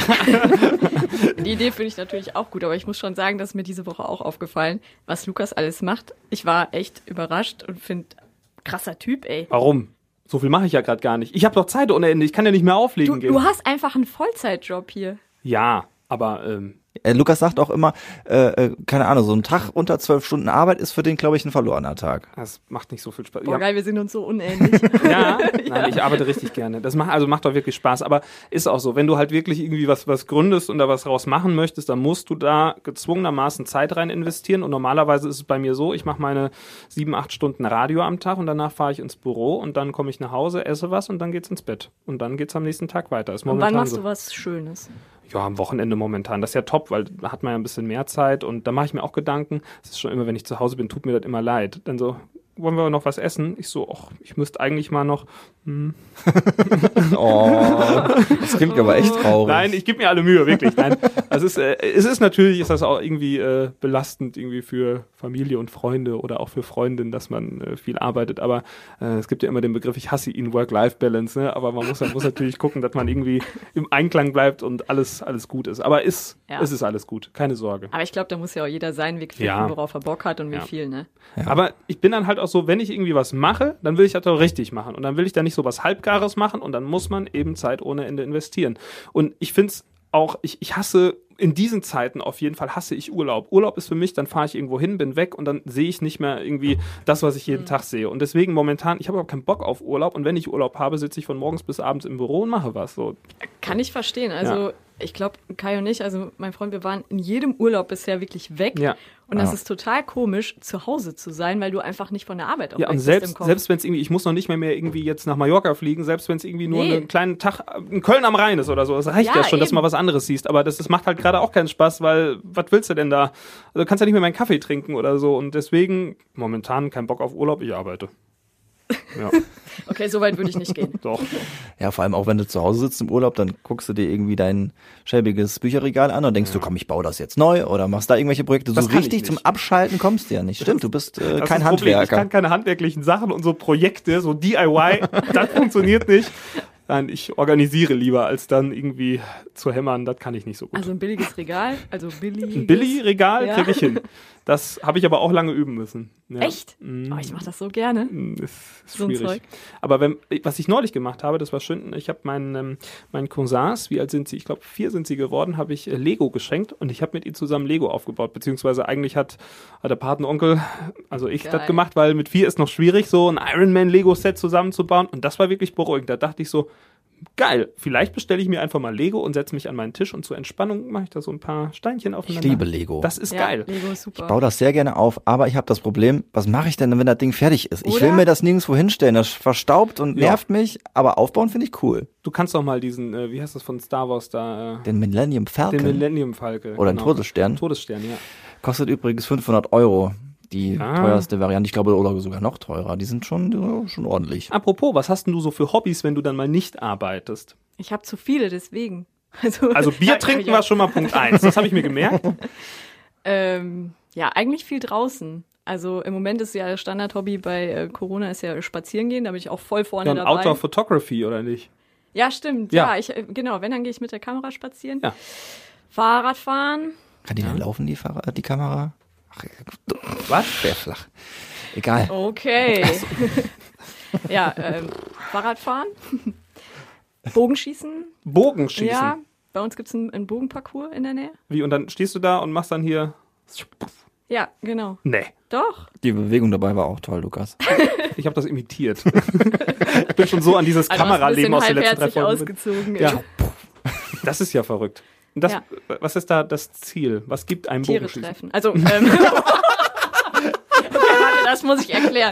Die Idee finde ich natürlich auch gut, aber ich muss schon sagen, dass mir diese Woche auch aufgefallen, was Lukas alles macht. Ich war echt überrascht und finde, krasser Typ, ey. Warum? So viel mache ich ja gerade gar nicht. Ich habe doch Zeit ohne Ende. Ich kann ja nicht mehr auflegen Du, gehen. du hast einfach einen Vollzeitjob hier. Ja, aber ähm, Äh, Lukas sagt auch immer, äh, äh, keine Ahnung, so ein Tag unter zwölf Stunden Arbeit ist für den, glaube ich, ein verlorener Tag. das macht nicht so viel Spaß. Boah, Ja. geil, wir sind uns so unähnlich. Ja, nein, ich arbeite richtig gerne. Das macht, also macht doch wirklich Spaß. Aber ist auch so, wenn du halt wirklich irgendwie was, was gründest und da was draus machen möchtest, dann musst du da gezwungenermaßen Zeit rein investieren. Und normalerweise ist es bei mir so, ich mache meine sieben, acht Stunden Radio am Tag und danach fahre ich ins Büro und dann komme ich nach Hause, esse was und dann geht's ins Bett. Und dann geht's am nächsten Tag weiter. Ist Und momentan wann machst so. du was Schönes? Ja, am Wochenende momentan. Das ist ja top, weil da hat man ja ein bisschen mehr Zeit und da mache ich mir auch Gedanken. Es ist schon immer, wenn ich zu Hause bin, tut mir das immer leid. Dann so, wollen wir noch was essen? Ich so, ach, ich müsste eigentlich mal noch. Hm. Oh, das klingt aber echt traurig. Nein, ich gebe mir alle Mühe, wirklich. Nein, also es ist, äh, es ist natürlich, ist das auch irgendwie äh, belastend irgendwie für Familie und Freunde oder auch für Freundinnen, dass man äh, viel arbeitet. Aber äh, es gibt ja immer den Begriff, ich hasse ihn, Work-Life-Balance. Ne? Aber man muss, muss natürlich gucken, dass man irgendwie im Einklang bleibt und alles, alles gut ist. Aber ist, Ja. es ist alles gut, keine Sorge. Aber ich glaube, da muss ja auch jeder seinen Weg finden, Ja. worauf er Bock hat und wie Ja. viel, ne? Aber ich bin dann halt auch so, wenn ich irgendwie was mache, dann will ich das auch richtig machen. Und dann will ich da nicht so was Halbgares machen und dann muss man eben Zeit ohne Ende investieren. Und ich finde es auch, ich, ich hasse in diesen Zeiten auf jeden Fall hasse ich Urlaub. Urlaub ist für mich, dann fahre ich irgendwo hin, bin weg und dann sehe ich nicht mehr irgendwie das, was ich jeden Mhm. Tag sehe. Und deswegen momentan, ich habe auch keinen Bock auf Urlaub und wenn ich Urlaub habe, sitze ich von morgens bis abends im Büro und mache was. So. Kann ich verstehen. Also Ja. ich glaube, Kai und ich, also mein Freund, wir waren in jedem Urlaub bisher wirklich weg. Ja. Und das Ja. ist total komisch, zu Hause zu sein, weil du einfach nicht von der Arbeit auch Ja, weg und bist im selbst, Kopf. selbst wenn es irgendwie, ich muss noch nicht mehr, mehr irgendwie jetzt nach Mallorca fliegen, selbst wenn es irgendwie nur Nee. einen kleinen Tag in Köln am Rhein ist oder so, das reicht ja, Ja, schon, dass du eben. mal was anderes siehst. Aber das, das macht halt gerade auch keinen Spaß, weil, was willst du denn da? Also du kannst ja nicht mehr meinen Kaffee trinken oder so. Und deswegen, momentan kein Bock auf Urlaub, ich arbeite. Ja, Okay, so weit würde ich nicht gehen. doch. Ja, vor allem auch wenn du zu Hause sitzt im Urlaub, dann guckst du dir irgendwie dein schäbiges Bücherregal an und denkst du, komm, ich baue das jetzt neu oder machst da irgendwelche Projekte. Das so kann ich richtig nicht. zum Abschalten kommst du ja nicht. Stimmt, du bist äh, Das kein ist das Problem. Ich Handwerker. kann keine handwerklichen Sachen und so Projekte, so D I Y, das funktioniert nicht. Nein, ich organisiere lieber, als dann irgendwie zu hämmern. Das kann ich nicht so gut. Also ein billiges Regal, also billiges. Ein Billy-Regal Ja. kriege ich hin. Das habe ich aber auch lange üben müssen. Ja. Echt? Mm. Oh, ich mache das so gerne. Mm, Ist, ist So ein schwierig. Zeug. Aber wenn, was ich neulich gemacht habe, das war schön. Ich habe meinen, ähm, meinen Cousins, wie alt sind sie? Ich glaube, vier sind sie geworden, habe ich äh, Lego geschenkt und ich habe mit ihnen zusammen Lego aufgebaut. Beziehungsweise eigentlich hat, hat der Patenonkel, also ich, Geil. das gemacht, weil mit vier ist noch schwierig, so ein Iron Man Lego-Set zusammenzubauen. Und das war wirklich beruhigend. Da dachte ich so, geil, vielleicht bestelle ich mir einfach mal Lego und setze mich an meinen Tisch und zur Entspannung mache ich da so ein paar Steinchen Ich aufeinander. liebe Lego. Das ist Ja, geil. Lego ist super. Ich baue das sehr gerne auf, aber ich habe das Problem, was mache ich denn, wenn das Ding fertig ist? Ich Oder? will mir das nirgendwo hinstellen, das verstaubt und Ja. nervt mich, aber aufbauen finde ich cool. Du kannst doch mal diesen, äh, wie heißt das von Star Wars da? Äh, Den Millennium Falcon den Millennium Falke. oder ein Todesstern Todesstern, ja. kostet übrigens fünfhundert Euro. Die Ah. teuerste Variante, ich glaube, oder sogar noch teurer. Die sind schon, die sind schon ordentlich. Apropos, was hast denn du so für Hobbys, wenn du dann mal nicht arbeitest? Ich habe zu viele, deswegen. Also, Also Bier trinken war schon mal Punkt eins. Das habe ich mir gemerkt. Ähm, ja, eigentlich viel draußen. Also im Moment ist ja das Standardhobby bei äh, Corona ist ja spazieren gehen, da bin ich auch voll vorne Ja, und dabei. Outdoor Photography, oder nicht? Ja, stimmt. Ja. Ja, ich, äh, genau, wenn, dann gehe ich mit der Kamera spazieren. Ja. Fahrradfahren. Kann die denn laufen, die, Fahr die Kamera? Ach, Was? sehr flach. Egal. Okay. ja, ähm, Fahrradfahren. Bogenschießen. Bogenschießen. Ja, bei uns gibt es einen, einen Bogenparcours in der Nähe. Wie, und dann stehst du da und machst dann hier... Ja, genau. Nee, Doch. Die Bewegung dabei war auch toll, Lukas. ich habe das imitiert. Ich bin schon so an dieses Also hast ein Kameraleben aus bisschen den letzten drei halbherzig Folgen. ausgezogen. Ja. Das ist ja verrückt. Und das, Ja. was ist da das Ziel? Was gibt einem Tiere Bogenschießen? treffen. Also, ähm, okay, warte, das muss ich erklären.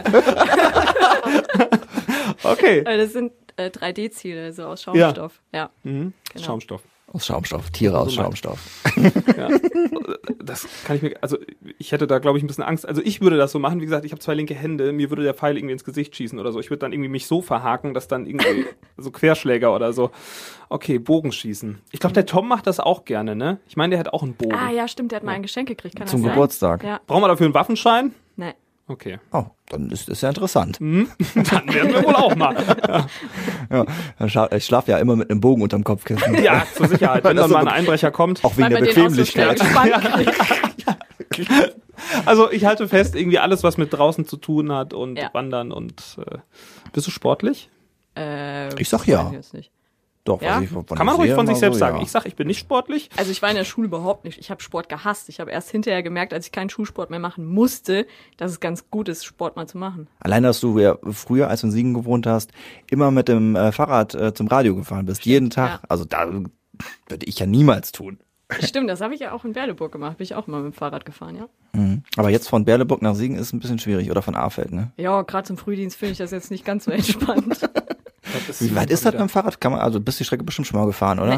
Okay. Äh, Das sind äh, drei D-Ziele, so aus Schaumstoff. Ja. Mhm. Genau. Schaumstoff. Aus Schaumstoff, Tiere aus So meint- Schaumstoff. Ja. Das kann ich mir, also ich hätte da, glaube ich, ein bisschen Angst. Also ich würde das so machen, wie gesagt, ich habe zwei linke Hände, mir würde der Pfeil irgendwie ins Gesicht schießen oder so. Ich würde dann irgendwie mich so verhaken, dass dann irgendwie so Querschläger oder so. Okay, Bogenschießen. Ich glaube, der Tom macht das auch gerne, ne? Ich meine, der hat auch einen Bogen. Ah ja, stimmt, der hat mal ein Geschenk gekriegt. Kann Zum das sein? Geburtstag. Ja. Brauchen wir dafür einen Waffenschein? Nee. Okay. Oh, dann ist das ja interessant. Dann werden wir wohl auch mal. Ja, dann scha- ich schlafe ja immer mit einem Bogen unterm Kopfkissen. Ja, zur Sicherheit. Wenn Das dann ist mal so ein Einbrecher kommt. Auch wegen Weil der man den auch so schnell Bequemlichkeit. gespannt kriegt. Also ich halte fest, irgendwie alles, was mit draußen zu tun hat und Ja. Wandern und äh, bist du sportlich? Äh, Ich sag ja. weiß ich jetzt nicht. Doch, Ja? was ich von Kann man ich ruhig sehe, von sich mal selbst so, sagen. ja. Ich sag, ich bin nicht sportlich. Also ich war in der Schule überhaupt nicht. Ich habe Sport gehasst. Ich habe erst hinterher gemerkt, als ich keinen Schulsport mehr machen musste, dass es ganz gut ist, Sport mal zu machen. Allein, dass du ja früher, als du in Siegen gewohnt hast, immer mit dem äh, Fahrrad äh, zum Radio gefahren bist. Jeden Tag. Ja. Also da würde ich ja niemals tun. Stimmt, das habe ich ja auch in Berleburg gemacht. Bin ich auch immer mit dem Fahrrad gefahren, ja. Mhm. Aber jetzt von Berleburg nach Siegen ist ein bisschen schwierig. Oder von Ahfeld, ne? Ja, gerade zum Frühdienst finde ich das jetzt nicht ganz so entspannt. Wie weit ist das mit dem Fahrrad? Kann man, also bist die Strecke bestimmt schon mal gefahren, oder?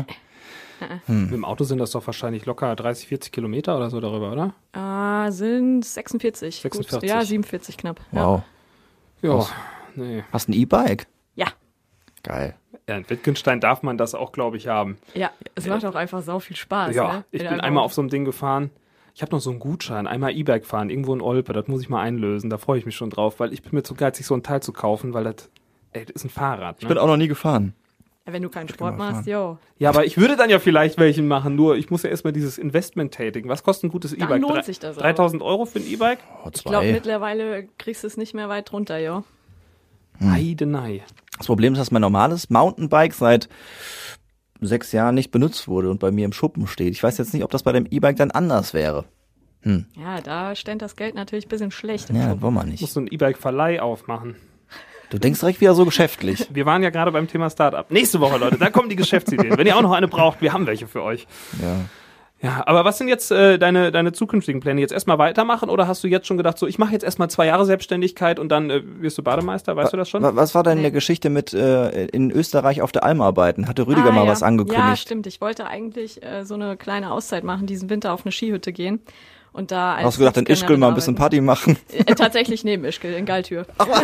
Mit dem Auto sind das doch wahrscheinlich locker dreißig, vierzig Kilometer oder so darüber, oder? Ah, sind sechsundvierzig. sechsundvierzig. Gut, ja, siebenundvierzig knapp. Ja. Wow. Ja, Was? nee. Hast ein E-Bike? Ja. Geil. Ja, in Wittgenstein darf man das auch, glaube ich, haben. Ja, es macht auch einfach sau viel Spaß. Ja, ne? ich Wenn bin du einmal einfach- auf so einem Ding gefahren. Ich habe noch so einen Gutschein, einmal E-Bike fahren, irgendwo in Olpe, das muss ich mal einlösen, da freue ich mich schon drauf, weil ich bin mir zu geizig, so ein Teil zu kaufen, weil das, ey, das ist ein Fahrrad. Ich bin Ne? auch noch nie gefahren. Ja, wenn du keinen Sport mal machst, jo. Ja, aber ich würde dann ja vielleicht welchen machen, nur ich muss ja erstmal dieses Investment tätigen. Was kostet ein gutes Dann E-Bike? lohnt Drei- sich das auch. dreitausend Euro für ein E-Bike? Oh, Ich glaube, zwei. mittlerweile kriegst du es nicht mehr weit runter, jo. Hm. Heidenei. Das Problem ist, dass mein normales Mountainbike seit sechs Jahren nicht benutzt wurde und bei mir im Schuppen steht. Ich weiß jetzt nicht, ob das bei dem E-Bike dann anders wäre. Ja, da ständ das Geld natürlich ein bisschen schlecht. im Ja, Shop. wollen wir Ich muss nicht. so einen E-Bike-Verleih aufmachen. Du denkst direkt wieder so geschäftlich. Wir waren ja gerade beim Thema Startup. Nächste Woche, Leute, da kommen die Geschäftsideen. Wenn ihr auch noch eine braucht, wir haben welche für euch. Ja. Ja, aber was sind jetzt äh, deine, deine zukünftigen Pläne? Jetzt erstmal weitermachen oder hast du jetzt schon gedacht, so ich mache jetzt erstmal zwei Jahre Selbstständigkeit und dann äh, wirst du Bademeister? Weißt du das schon? Wa- Was war denn Nee. eine Geschichte mit äh, in Österreich auf der Alm arbeiten? Hatte Rüdiger Ah, mal ja. was angekündigt? Ja, stimmt. Ich wollte eigentlich äh, so eine kleine Auszeit machen, diesen Winter auf eine Skihütte gehen. Und da als Hast du gedacht, in Ischgl mal ein bisschen Party machen? Äh, tatsächlich neben Ischgl, in Galtür.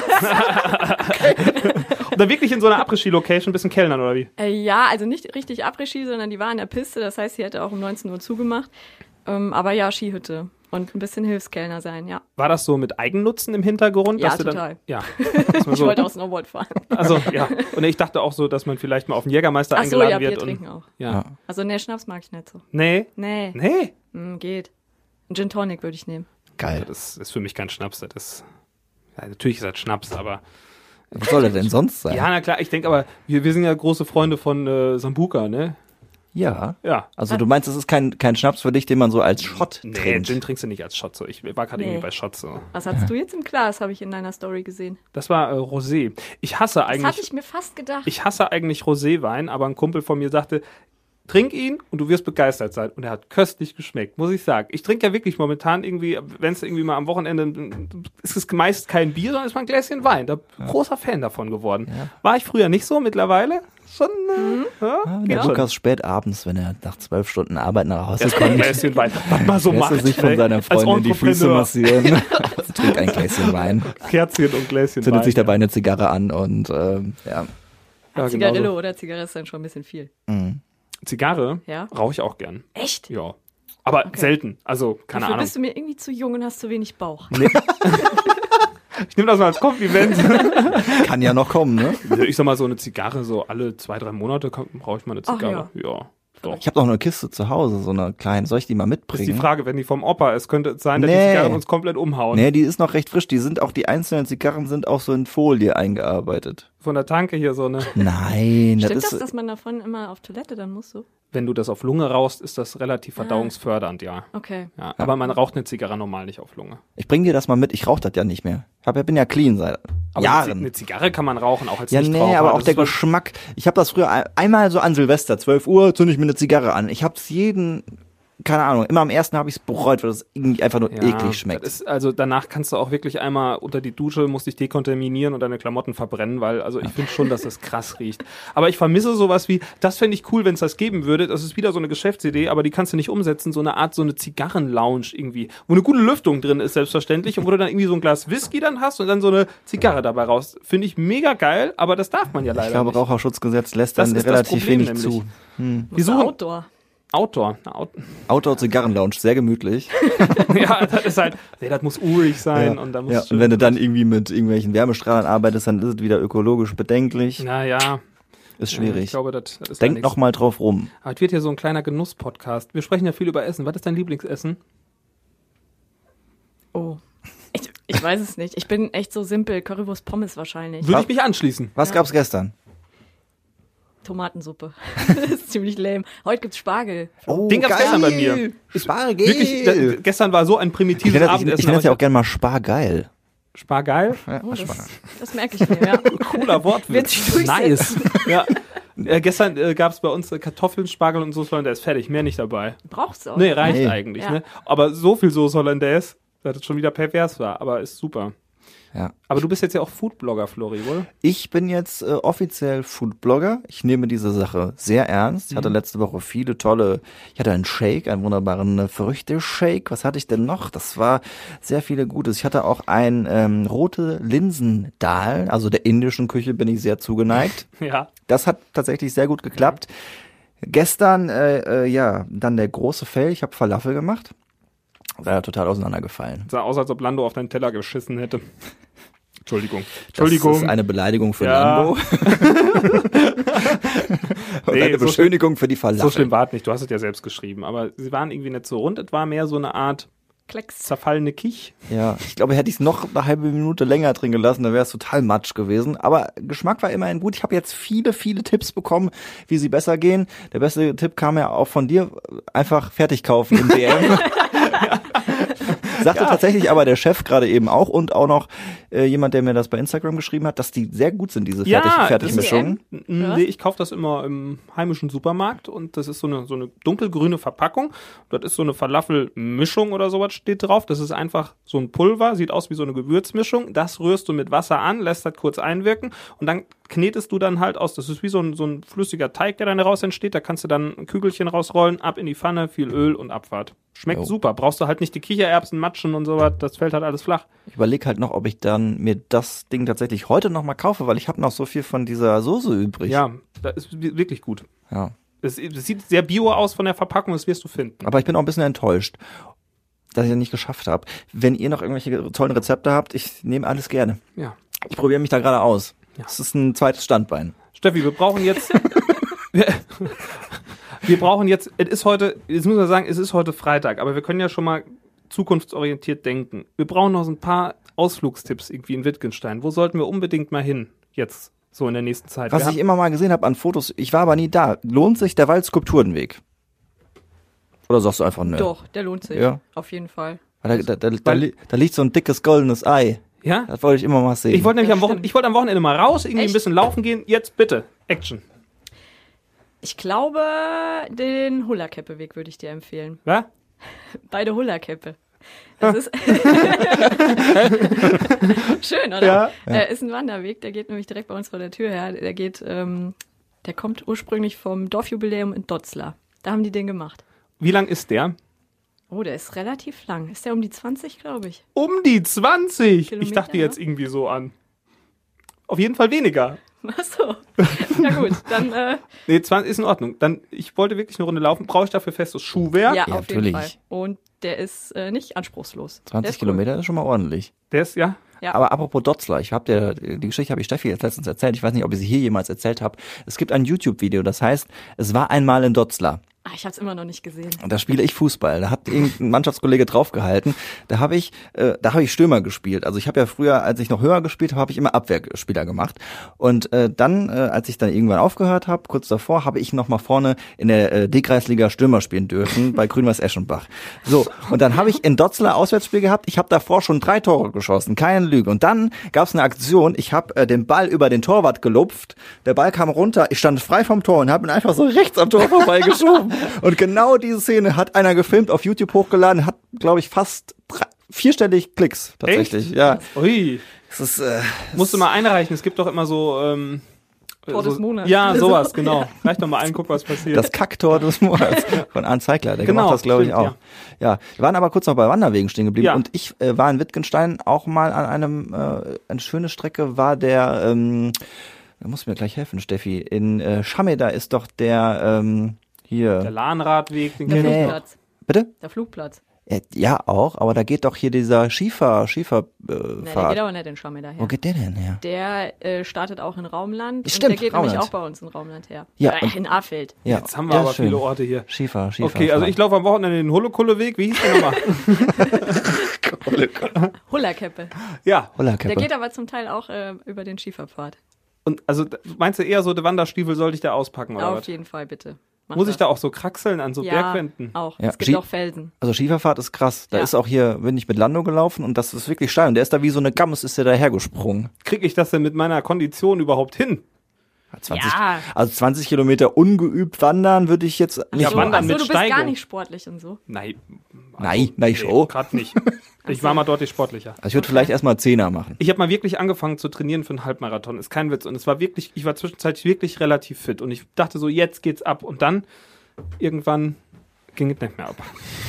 Oder wirklich in so einer Après-Ski-Location ein bisschen kellnern oder wie? Äh, ja, also nicht richtig Après-Ski, sondern die war in der Piste. Das heißt, sie hätte auch um neunzehn Uhr zugemacht. Ähm, aber ja, Skihütte. Und ein bisschen Hilfskellner sein, ja. War das so mit Eigennutzen im Hintergrund? Ja, dass du total. Dann, ja. Ich so, wollte auch Snowboard fahren. Also, ja. Und ich dachte auch so, dass man vielleicht mal auf den Jägermeister Ach so, eingeladen ja, Bier wird. Und, trinken auch. ja. Ja. Also, ne, Schnaps mag ich nicht so. Nee. Nee, Nee. Hm, geht. Ein Gin Tonic würde ich nehmen. Geil. Das ist für mich kein Schnaps. Das ist, ja, natürlich ist das Schnaps, aber. Was soll er denn sonst sein? Ja, na klar, ich denke aber, wir, wir sind ja große Freunde von äh, Sambuca, ne? Ja. Ja. Also du meinst, es ist kein, kein Schnaps für dich, den man so als Shot Nee, trinkt? Gin trinkst du nicht als Shot. So. Ich war gerade Nee. irgendwie bei Shots. So. Was hattest du jetzt im Glas, habe ich in deiner Story gesehen. Das war äh, Rosé. Ich hasse Das eigentlich. hatte ich mir fast gedacht. Ich hasse eigentlich Roséwein, aber ein Kumpel von mir sagte, trink ihn und du wirst begeistert sein. Und er hat köstlich geschmeckt, muss ich sagen. Ich trinke ja wirklich momentan irgendwie, wenn es irgendwie mal am Wochenende, ist es meist kein Bier, sondern ist mal ein Gläschen Wein. Da bin großer Fan davon geworden. Ja. War ich früher nicht so, mittlerweile schon, äh, ja, Ja, geht der schon. Lukas spät abends, wenn er nach zwölf Stunden Arbeit nach Hause Erst mal ein kommt, Gläschen Wein. Was man so lässt macht. er sich von ey, seiner als Freundin die Füße Entrepreneur. massieren, trinkt ein Gläschen Wein, Kerzchen und Gläschen zündet Wein. sich dabei eine Zigarre an und ähm, ja. Ja, Zigarillo genauso. oder Zigarre ist dann schon ein bisschen viel. Mhm. Zigarre Ja? rauche ich auch gern. Echt? Ja. Aber Okay. selten. Also, keine Dafür Ahnung. bist du mir irgendwie zu jung und hast zu wenig Bauch. Ich nehme das mal als Kompliment. Kann ja noch kommen, ne? Ich sag mal, so eine Zigarre, so alle zwei, drei Monate rauche ich mal eine Ach Zigarre. ja. Doch. Ich habe noch eine Kiste zu Hause, so eine kleine. Soll ich die mal Das ist mitbringen? die Frage, wenn die vom Opa ist, könnte es sein, dass Nee. die Zigarren uns komplett umhauen. Nee, die ist noch recht frisch. Die sind auch, die einzelnen Zigarren sind auch so in Folie eingearbeitet. Von der Tanke hier so eine. Nein, das Stimmt ist. das, dass man davon immer auf Toilette dann muss so? Wenn du das auf Lunge rauchst, ist das relativ verdauungsfördernd, ja. Okay. ja. Aber man raucht eine Zigarre normal nicht auf Lunge. Ich bring dir das mal mit. Ich rauche das ja nicht mehr. Ich hab, ja- bin ja clean seit Aber Jahren. Eine, Zi- eine Zigarre kann man rauchen, auch als Ja, Nichtraucher. nee, aber auch Das der ist was- Geschmack. Ich habe das früher ein- einmal so an Silvester, zwölf Uhr, zünde ich mir eine Zigarre an. Ich hab's jeden, keine Ahnung, immer am ersten habe ich es bereut, weil es irgendwie einfach nur Ja, eklig schmeckt. Das ist, also danach kannst du auch wirklich einmal unter die Dusche, musst dich dekontaminieren und deine Klamotten verbrennen, weil also ich finde schon, dass das krass riecht. Aber ich vermisse sowas wie, das fände ich cool, wenn es das geben würde. Das ist wieder so eine Geschäftsidee, aber die kannst du nicht umsetzen. So eine Art, so eine Zigarren-Lounge irgendwie, wo eine gute Lüftung drin ist, selbstverständlich, und wo du dann irgendwie so ein Glas Whisky dann hast und dann so eine Zigarre dabei raus. Finde ich mega geil, aber das darf man ja leider Ich glaube, nicht. Raucherschutzgesetz lässt Das dann ist das relativ Problem wenig nämlich. zu. Hm. Wir suchen Outdoor. Outdoor. Na, Out Outdoor-Zigarren-Lounge, sehr gemütlich. ja, das ist halt, nee, das muss urig sein Ja. und dann muss Ja, es und wenn du dann irgendwie mit irgendwelchen Wärmestrahlern arbeitest, dann ist es wieder ökologisch bedenklich. Naja, Ist ich schwierig. glaube, das, das ist Denk da noch nichts. mal drauf rum. Aber es wird hier so ein kleiner Genuss-Podcast. Wir sprechen ja viel über Essen. Was ist dein Lieblingsessen? Oh. Ich, ich weiß es nicht. Ich bin echt so simpel. Currywurst Pommes wahrscheinlich. Würde ich mich anschließen. Was gab's gestern? Tomatensuppe. Das ist ziemlich lame. Heute gibt's Spargel. Oh, Den gab's gestern bei mir. Spargel. Wirklich, da, gestern war so ein Ich primitives nenne das, ich, Abendessen. ich nenne das ja aber auch gerne mal Spargeil. Spargeil. Ja, Oh, das, Spar- das merke ich mir, ja. Cooler Wortwitz. Wird sich durchsetzen. Nice. Ja. Äh, gestern äh, gab es bei uns äh, Kartoffeln, Spargel und Sauce Hollandaise. Fertig, mehr nicht dabei. Brauchst du auch. Nee, reicht Nee. eigentlich. Ja. Ne? Aber so viel Sauce Hollandaise, dass es schon wieder pervers war. Aber ist super. Ja. Aber du bist jetzt ja auch Foodblogger, Flori, wohl? Ich bin jetzt äh, offiziell Foodblogger. Ich nehme diese Sache sehr ernst. Ich hatte letzte Woche viele tolle, ich hatte einen Shake, einen wunderbaren äh, Früchte-Shake. Was hatte ich denn noch? Das war sehr viele Gutes. Ich hatte auch ein ähm, rote Linsendal, also der indischen Küche bin ich sehr zugeneigt. Ja. Das hat tatsächlich sehr gut geklappt. Gestern, äh, äh, ja, dann der große Fail. Ich habe Falafel gemacht. War ja total auseinandergefallen. Sah aus, als ob Lando auf deinen Teller geschissen hätte. Entschuldigung. Entschuldigung. Das ist eine Beleidigung für Ja. Lando. Und Nee, eine so Beschönigung für die Falafel. So schlimm war es nicht, du hast es ja selbst geschrieben. Aber sie waren irgendwie nicht so rund. Es war mehr so eine Art Klecks. zerfallene Kich. Ja, ich glaube, hätte ich es noch eine halbe Minute länger drin gelassen, dann wäre es total matsch gewesen. Aber Geschmack war immerhin gut. Ich habe jetzt viele, viele Tipps bekommen, wie sie besser gehen. Der beste Tipp kam ja auch von dir. Einfach fertig kaufen im D M. Sagte tatsächlich aber der Chef gerade eben auch und auch noch äh, jemand, der mir das bei Instagram geschrieben hat, dass die sehr gut sind, diese Fertig Ja, Fertigmischungen. N- Ja. Nee, ich kaufe das immer im heimischen Supermarkt und das ist so eine, so eine dunkelgrüne Verpackung. Dort ist so eine Falafel-Mischung oder sowas steht drauf. Das ist einfach so ein Pulver, sieht aus wie so eine Gewürzmischung. Das rührst du mit Wasser an, lässt das kurz einwirken und dann knetest du dann halt aus. Das ist wie so ein, so ein flüssiger Teig, der dann daraus entsteht. Da kannst du dann ein Kügelchen rausrollen, ab in die Pfanne, viel Öl und Abfahrt. Schmeckt Jo. super. Brauchst du halt nicht die Kichererbsen, Matschen und sowas. Das fällt halt alles flach. Ich überlege halt noch, ob ich dann mir das Ding tatsächlich heute noch mal kaufe, weil ich habe noch so viel von dieser Soße übrig. Ja, das ist wi- wirklich gut. Ja. Es, es sieht sehr bio aus von der Verpackung, das wirst du finden. Aber ich bin auch ein bisschen enttäuscht. dass ich das nicht geschafft habe. Wenn ihr noch irgendwelche tollen Rezepte habt, ich nehme alles gerne. Ja. Ich probiere mich da gerade aus. Ja. Das ist ein zweites Standbein. Steffi, wir brauchen jetzt... wir, wir brauchen jetzt... Es ist heute... Jetzt müssen wir sagen, es ist heute Freitag, aber wir können ja schon mal zukunftsorientiert denken. Wir brauchen noch so ein paar Ausflugstipps irgendwie in Wittgenstein. Wo sollten wir unbedingt mal hin jetzt, so in der nächsten Zeit? Was wir ich immer mal gesehen habe an Fotos, ich war aber nie da. Lohnt sich der Waldskulpturenweg? Oder sagst du einfach nö? Doch, der lohnt sich. Ja. Auf jeden Fall. Da, da, da, da, li- da liegt so ein dickes goldenes Ei. Ja? Das wollte ich immer mal sehen. Ich wollte nämlich Ja, am, Wochen, stimmt. ich wollte am Wochenende mal raus, irgendwie Echt? ein bisschen laufen gehen. Jetzt bitte, Action. Ich glaube, den Hullerkeppe-Weg würde ich dir empfehlen. Was? Bei der Hullerkeppe. Das ist schön, oder? Ja. Äh, ist ein Wanderweg, der geht nämlich direkt bei uns vor der Tür her. Der geht, ähm, der kommt ursprünglich vom Dorfjubiläum in Dotzlar. Da haben die den gemacht. Wie lang ist der? Oh, der ist relativ lang. Ist der um die zwanzig, glaube ich? Um die zwanzig. Ich Kilometer, dachte jetzt ja. irgendwie so an. Auf jeden Fall weniger. Ach so. Na gut, dann äh, Nee, zwanzig ist in Ordnung. Dann, ich wollte wirklich eine Runde laufen. Brauche ich dafür festes Schuhwerk? ja, Ja, auf jeden natürlich. Fall. Und der ist äh, nicht anspruchslos. Der zwanzig ist cool. Kilometer ist schon mal ordentlich. Der ist, ja. Ja. Aber apropos Dotzler, ich habe dir die Geschichte habe ich Steffi jetzt letztens erzählt. Ich weiß nicht, ob ich sie hier jemals erzählt habe. Es gibt ein YouTube-Video, das heißt, es war einmal in Dotzler. Ah, ich habe es immer noch nicht gesehen. Und da spiele ich Fußball. Da hat irgendein Mannschaftskollege draufgehalten. Da habe ich, äh, da habe ich Stürmer gespielt. Also ich habe ja früher, als ich noch höher gespielt habe, habe ich immer Abwehrspieler gemacht. Und äh, dann, äh, als ich dann irgendwann aufgehört habe, kurz davor, habe ich noch mal vorne in der äh, D-Kreisliga Stürmer spielen dürfen bei Grün-Weiß Eschenbach. So, und dann habe ich in Dotzler Auswärtsspiel gehabt. Ich habe davor schon drei Tore geschossen, keine Lüge. Und dann gab es eine Aktion. Ich habe äh, den Ball über den Torwart gelupft. Der Ball kam runter. Ich stand frei vom Tor und habe ihn einfach so rechts am Tor vorbeigeschoben. Und genau diese Szene hat einer gefilmt, auf YouTube hochgeladen, hat, glaube ich, fast drei, vierstellig Klicks tatsächlich. Echt? Ja, Ui. es ist äh, Musst du mal einreichen. Es gibt doch immer so... Ähm, Tor so, des Monats. Ja, sowas, genau. Reich doch mal ein, guck, was passiert. das Kacktor des Monats von Arndt Zeigler. Der Genau, gemacht das, glaube ich, stimmt, auch. Ja. wir waren aber kurz noch bei Wanderwegen stehen geblieben. Ja. Und ich äh, war in Wittgenstein auch mal an einem, äh, eine schöne Strecke war der, ähm, da musst du mir gleich helfen, Steffi. In äh, Schameda ist doch der, ähm, hier. Der Lahnradweg. Den Der Nee, nee. Flugplatz. Bitte? Der Flugplatz. Ja, ja, auch, aber da geht doch hier dieser Schiefer, Schiefer, äh, Nee, der geht Fahrt. aber nicht in Schwammeda her. Wo geht der denn her? Der äh, startet auch in Raumland. Stimmt, und der geht nämlich Raumland. auch bei uns in Raumland her. Ja, Äh, und- in Afeld. Ja, Jetzt haben wir ja, aber schön. viele Orte hier. Schiefer, Schiefer. Okay, also ich laufe am Wochenende den Holokulle-Weg. Wie hieß der nochmal? Hullerkeppe. Ja. Der Hollerkeppe. geht aber zum Teil auch äh, über den Schieferpfad. Und also meinst du eher so, der Wanderstiefel sollte ich da auspacken, oder Auf was? jeden Fall, bitte. Mach Muss das. ich da auch so kraxeln an so ja, Bergwänden? auch. Ja, Es gibt Ski- auch Felsen. Also Schieferfahrt ist krass. Da Ja. ist auch hier, bin ich mit Lando gelaufen und das ist wirklich steil. Und der ist da wie so eine Gams, ist der da hergesprungen. Kriege ich das denn mit meiner Kondition überhaupt hin? zwanzig, Ja. Also zwanzig Kilometer ungeübt wandern würde ich jetzt nicht Ja, so, machen. wandern ach so, mit du bist gar Steigung. nicht sportlich und so. Nein. Nein, nein, schon. Gerade nicht. Ich war mal deutlich sportlicher. Also ich würde vielleicht erstmal Zehner machen. Ich habe mal wirklich angefangen zu trainieren für einen Halbmarathon. Ist kein Witz. Und es war wirklich, ich war zwischenzeitlich wirklich relativ fit. Und ich dachte so, jetzt geht's ab. Und dann irgendwann ging es nicht mehr ab.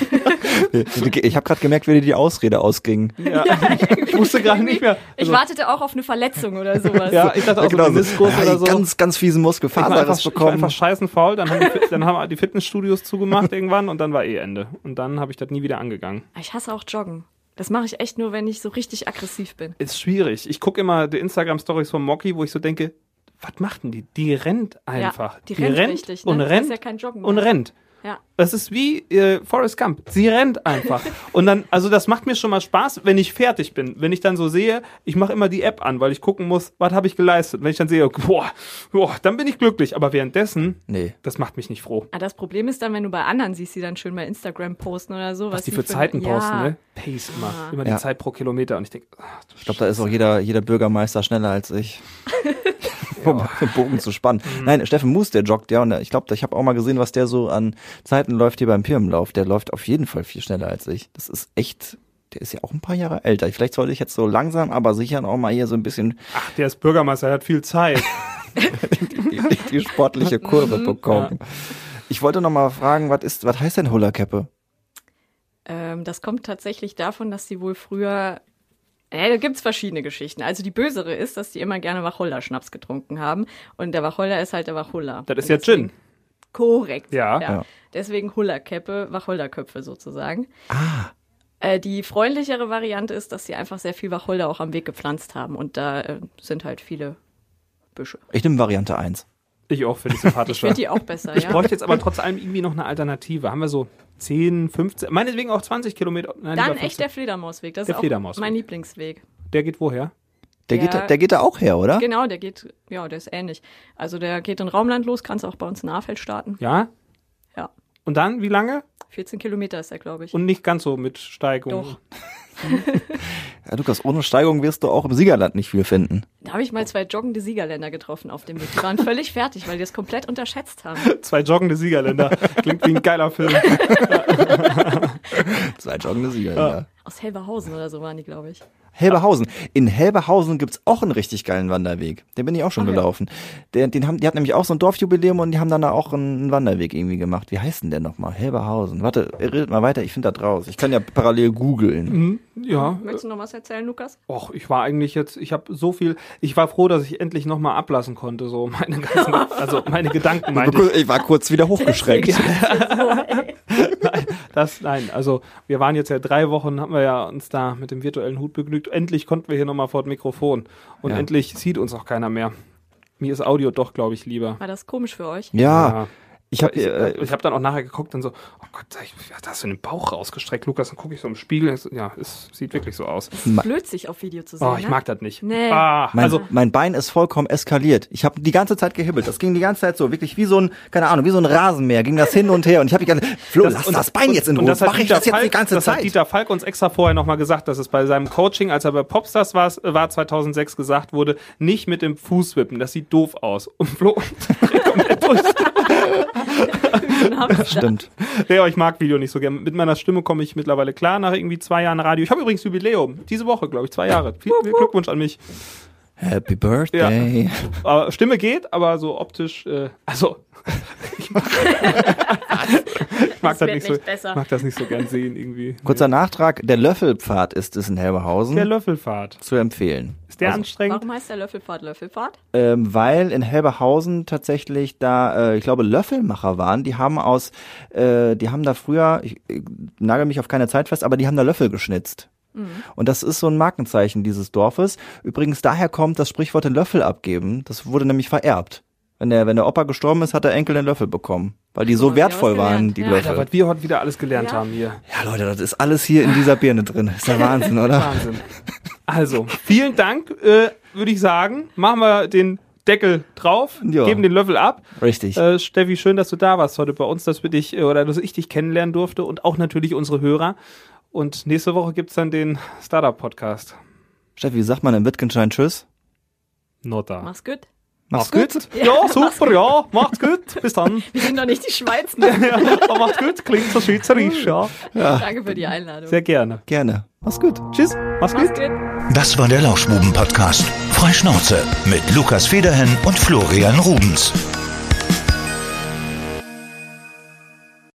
Ich habe gerade gemerkt, wie dir die Ausrede ausging. Ja. Ich wusste gerade nicht mehr. Ich Also, wartete auch auf eine Verletzung oder sowas. ja, ich dachte auch genau so Meniskus ja, oder so. Ganz, ganz fiesen Ich war, Muskelfaserriss einfach, ich war bekommen. einfach scheißen faul, dann haben, die, Fit- dann haben die Fitnessstudios zugemacht irgendwann und dann war eh Ende. Und dann habe ich das nie wieder angegangen. Ich hasse auch Joggen. Das mache ich echt nur, wenn ich so richtig aggressiv bin. Ist schwierig. Ich gucke immer die Instagram-Stories von Mocky, wo ich so denke, was macht denn die? Die rennt einfach. Ja, die rennt richtig, ne? und Das rennt ist ja kein Joggen und mehr. rennt. Ja. Das ist wie äh, Forrest Gump. Sie rennt einfach. Und dann, also das macht mir schon mal Spaß, wenn ich fertig bin. Wenn ich dann so sehe, ich mache immer die App an, weil ich gucken muss, was habe ich geleistet. Wenn ich dann sehe, boah, boah, dann bin ich glücklich. Aber währenddessen, Nee. das macht mich nicht froh. Ah, das Problem ist dann, wenn du bei anderen siehst, die dann schön bei Instagram posten oder so. Was die für für Zeiten ja. posten, ne? Pace immer. Ah. Immer die Ja. Zeit pro Kilometer. Und ich denke, ach, du Ich glaube, da ist auch jeder, jeder Bürgermeister schneller als ich. Um den Bogen zu spannen. Nein, Steffen Moos, der joggt, ja, und ich glaube, ich habe auch mal gesehen, was der so an Zeiten läuft hier beim Pirmenlauf. Der läuft auf jeden Fall viel schneller als ich. Das ist echt, der ist ja auch ein paar Jahre älter. Vielleicht sollte ich jetzt so langsam, aber sicher auch mal hier so ein bisschen ach, der ist Bürgermeister, der hat viel Zeit. die, die sportliche Kurve bekommen. Ich wollte noch mal fragen, was ist, was heißt denn Hullerkeppe? Ähm, das kommt tatsächlich davon, dass die wohl früher. Ja, da gibt's verschiedene Geschichten. Also die bösere ist, dass die immer gerne Wacholder-Schnaps getrunken haben. Und der Wacholder ist halt der Wacholder. Das ist Und ja deswegen- Gin. Korrekt. Ja. Ja. Deswegen Hullerkeppe, Wacholderköpfe sozusagen. Ah. Äh, die freundlichere Variante ist, dass sie einfach sehr viel Wacholder auch am Weg gepflanzt haben. Und da äh, sind halt viele Büsche. Ich nehme Variante eins. Ich auch, finde ich sympathischer. Ich finde die auch besser, Ich ja. bräuchte jetzt aber trotz allem irgendwie noch eine Alternative. Haben wir so zehn, fünfzehn, meinetwegen auch zwanzig Kilometer? Nein, Dann lieber echt fünfzehn. der Fledermausweg. Das Der ist auch Fledermausweg. mein Lieblingsweg. Der geht woher? Der, Der- geht, da- der geht da auch her, oder? Genau, der geht, ja, der ist ähnlich. Also der geht in Raumland los, kannst auch bei uns in Nahfeld starten. Ja? Ja, Und dann, wie lange? vierzehn Kilometer ist der, glaube ich. Und nicht ganz so mit Steigung. Doch. Ja, Lukas, ohne Steigung wirst du auch im Siegerland nicht viel finden. Da habe ich mal zwei joggende Siegerländer getroffen auf dem Weg. Die waren völlig fertig, weil die das komplett unterschätzt haben. Zwei joggende Siegerländer. Klingt wie ein geiler Film. Zwei joggende Siegerländer. Aus Helberhausen oder so waren die, glaube ich. Helberhausen. In Helberhausen gibt's auch einen richtig geilen Wanderweg. Den bin ich auch schon Ach ja. gelaufen. Der, den haben, die hat nämlich auch so ein Dorfjubiläum und die haben dann da auch einen Wanderweg irgendwie gemacht. Wie heißt denn der nochmal? Helberhausen. Warte, redet mal weiter, ich finde da draus. Ich kann ja parallel googeln. Ja. Möchtest du noch was erzählen, Lukas? Och, ich war eigentlich jetzt, ich habe so viel, ich war froh, dass ich endlich nochmal ablassen konnte, so meine ganzen, also meine Gedanken meinte ich. Ich war kurz wieder hochgeschreckt. Nein, das, nein, also wir waren jetzt ja drei Wochen, haben wir ja uns da mit dem virtuellen Hut begnügt. Endlich konnten wir hier nochmal vor dem Mikrofon und Ja. endlich sieht uns auch keiner mehr. Mir ist Audio doch, glaube ich, lieber. War das komisch für euch? Ja, ich habe Ich, äh, ich habe dann auch nachher geguckt und so, oh Gott, ich, da hast du den Bauch rausgestreckt, Lukas, dann gucke ich so im Spiegel, ja, es sieht wirklich so aus. Blöd, sich auf Video zu sehen. Oh, ich ne? mag das nicht. Nee. Ah, mein, also, mein Bein ist vollkommen eskaliert. Ich habe die ganze Zeit gehibbelt. Das ging die ganze Zeit so, wirklich wie so ein, keine Ahnung, wie so ein Rasenmäher. Ging das hin und her und ich habe die ganze Flo, lass und- das Bein jetzt in und Ruhe. das hat Mach ich Dieter das jetzt Falk, die ganze das hat Zeit? Dieter Falk uns extra vorher nochmal gesagt, dass es bei seinem Coaching, als er bei Popstars war, war zweitausendsechs gesagt wurde, nicht mit dem Fuß wippen, das sieht doof aus. Und Flo dreht komplett durch. Stimmt. Ja, ich mag Video nicht so gerne. Mit meiner Stimme komme ich mittlerweile klar nach irgendwie zwei Jahren Radio. Ich habe übrigens Jubiläum. Diese Woche, glaube ich, zwei Jahre. Viel, viel Glückwunsch an mich. Happy Birthday. Aber Stimme geht, aber so optisch, äh, also ich mag, ich mag das, wird nicht so, nicht besser. mag das nicht so gern sehen irgendwie. Kurzer Nachtrag, der Löffelpfad ist es in Helberhausen Der Löffelfahrt. zu empfehlen. Ist der Also- anstrengend? Warum heißt der Löffelpfad Löffelpfad? Ähm, weil in Helberhausen tatsächlich da, äh, ich glaube, Löffelmacher waren. Die haben aus, äh, die haben da früher, ich, ich nagel mich auf keine Zeit fest, aber die haben da Löffel geschnitzt. Und das ist so ein Markenzeichen dieses Dorfes. Übrigens, daher kommt das Sprichwort den Löffel abgeben. Das wurde nämlich vererbt. Wenn der, wenn der Opa gestorben ist, hat der Enkel den Löffel bekommen. Weil die so haben wir wertvoll was waren, gelernt. die Ja. Löffel. Alter, was wir heute wieder alles gelernt Ja. haben hier. Ja, Leute, das ist alles hier in dieser Birne drin. Ist der Wahnsinn, oder? Wahnsinn. Also, vielen Dank, äh, würde ich sagen. Machen wir den Deckel drauf, Ja. geben den Löffel ab. Richtig. Äh, Steffi, schön, dass du da warst heute bei uns, dass wir dich, äh, oder dass ich dich kennenlernen durfte und auch natürlich unsere Hörer. Und nächste Woche gibt's dann den Startup-Podcast. Steffi, wie sagt man in Wittgenstein Tschüss? Not da. Mach's gut. Mach's gut. Ja, super, ja. Macht's gut. Bis dann. Wir sind doch nicht die Schweiz. Ne? Ja, aber macht's gut. Klingt so schweizerisch, ja. Danke für die Einladung. Sehr gerne. Gerne. Mach's gut. Tschüss. Mach's Mach's gut. gut. Das war der Lauschbuben-Podcast. Freischnauze mit Lukas Federhen und Florian Rubens.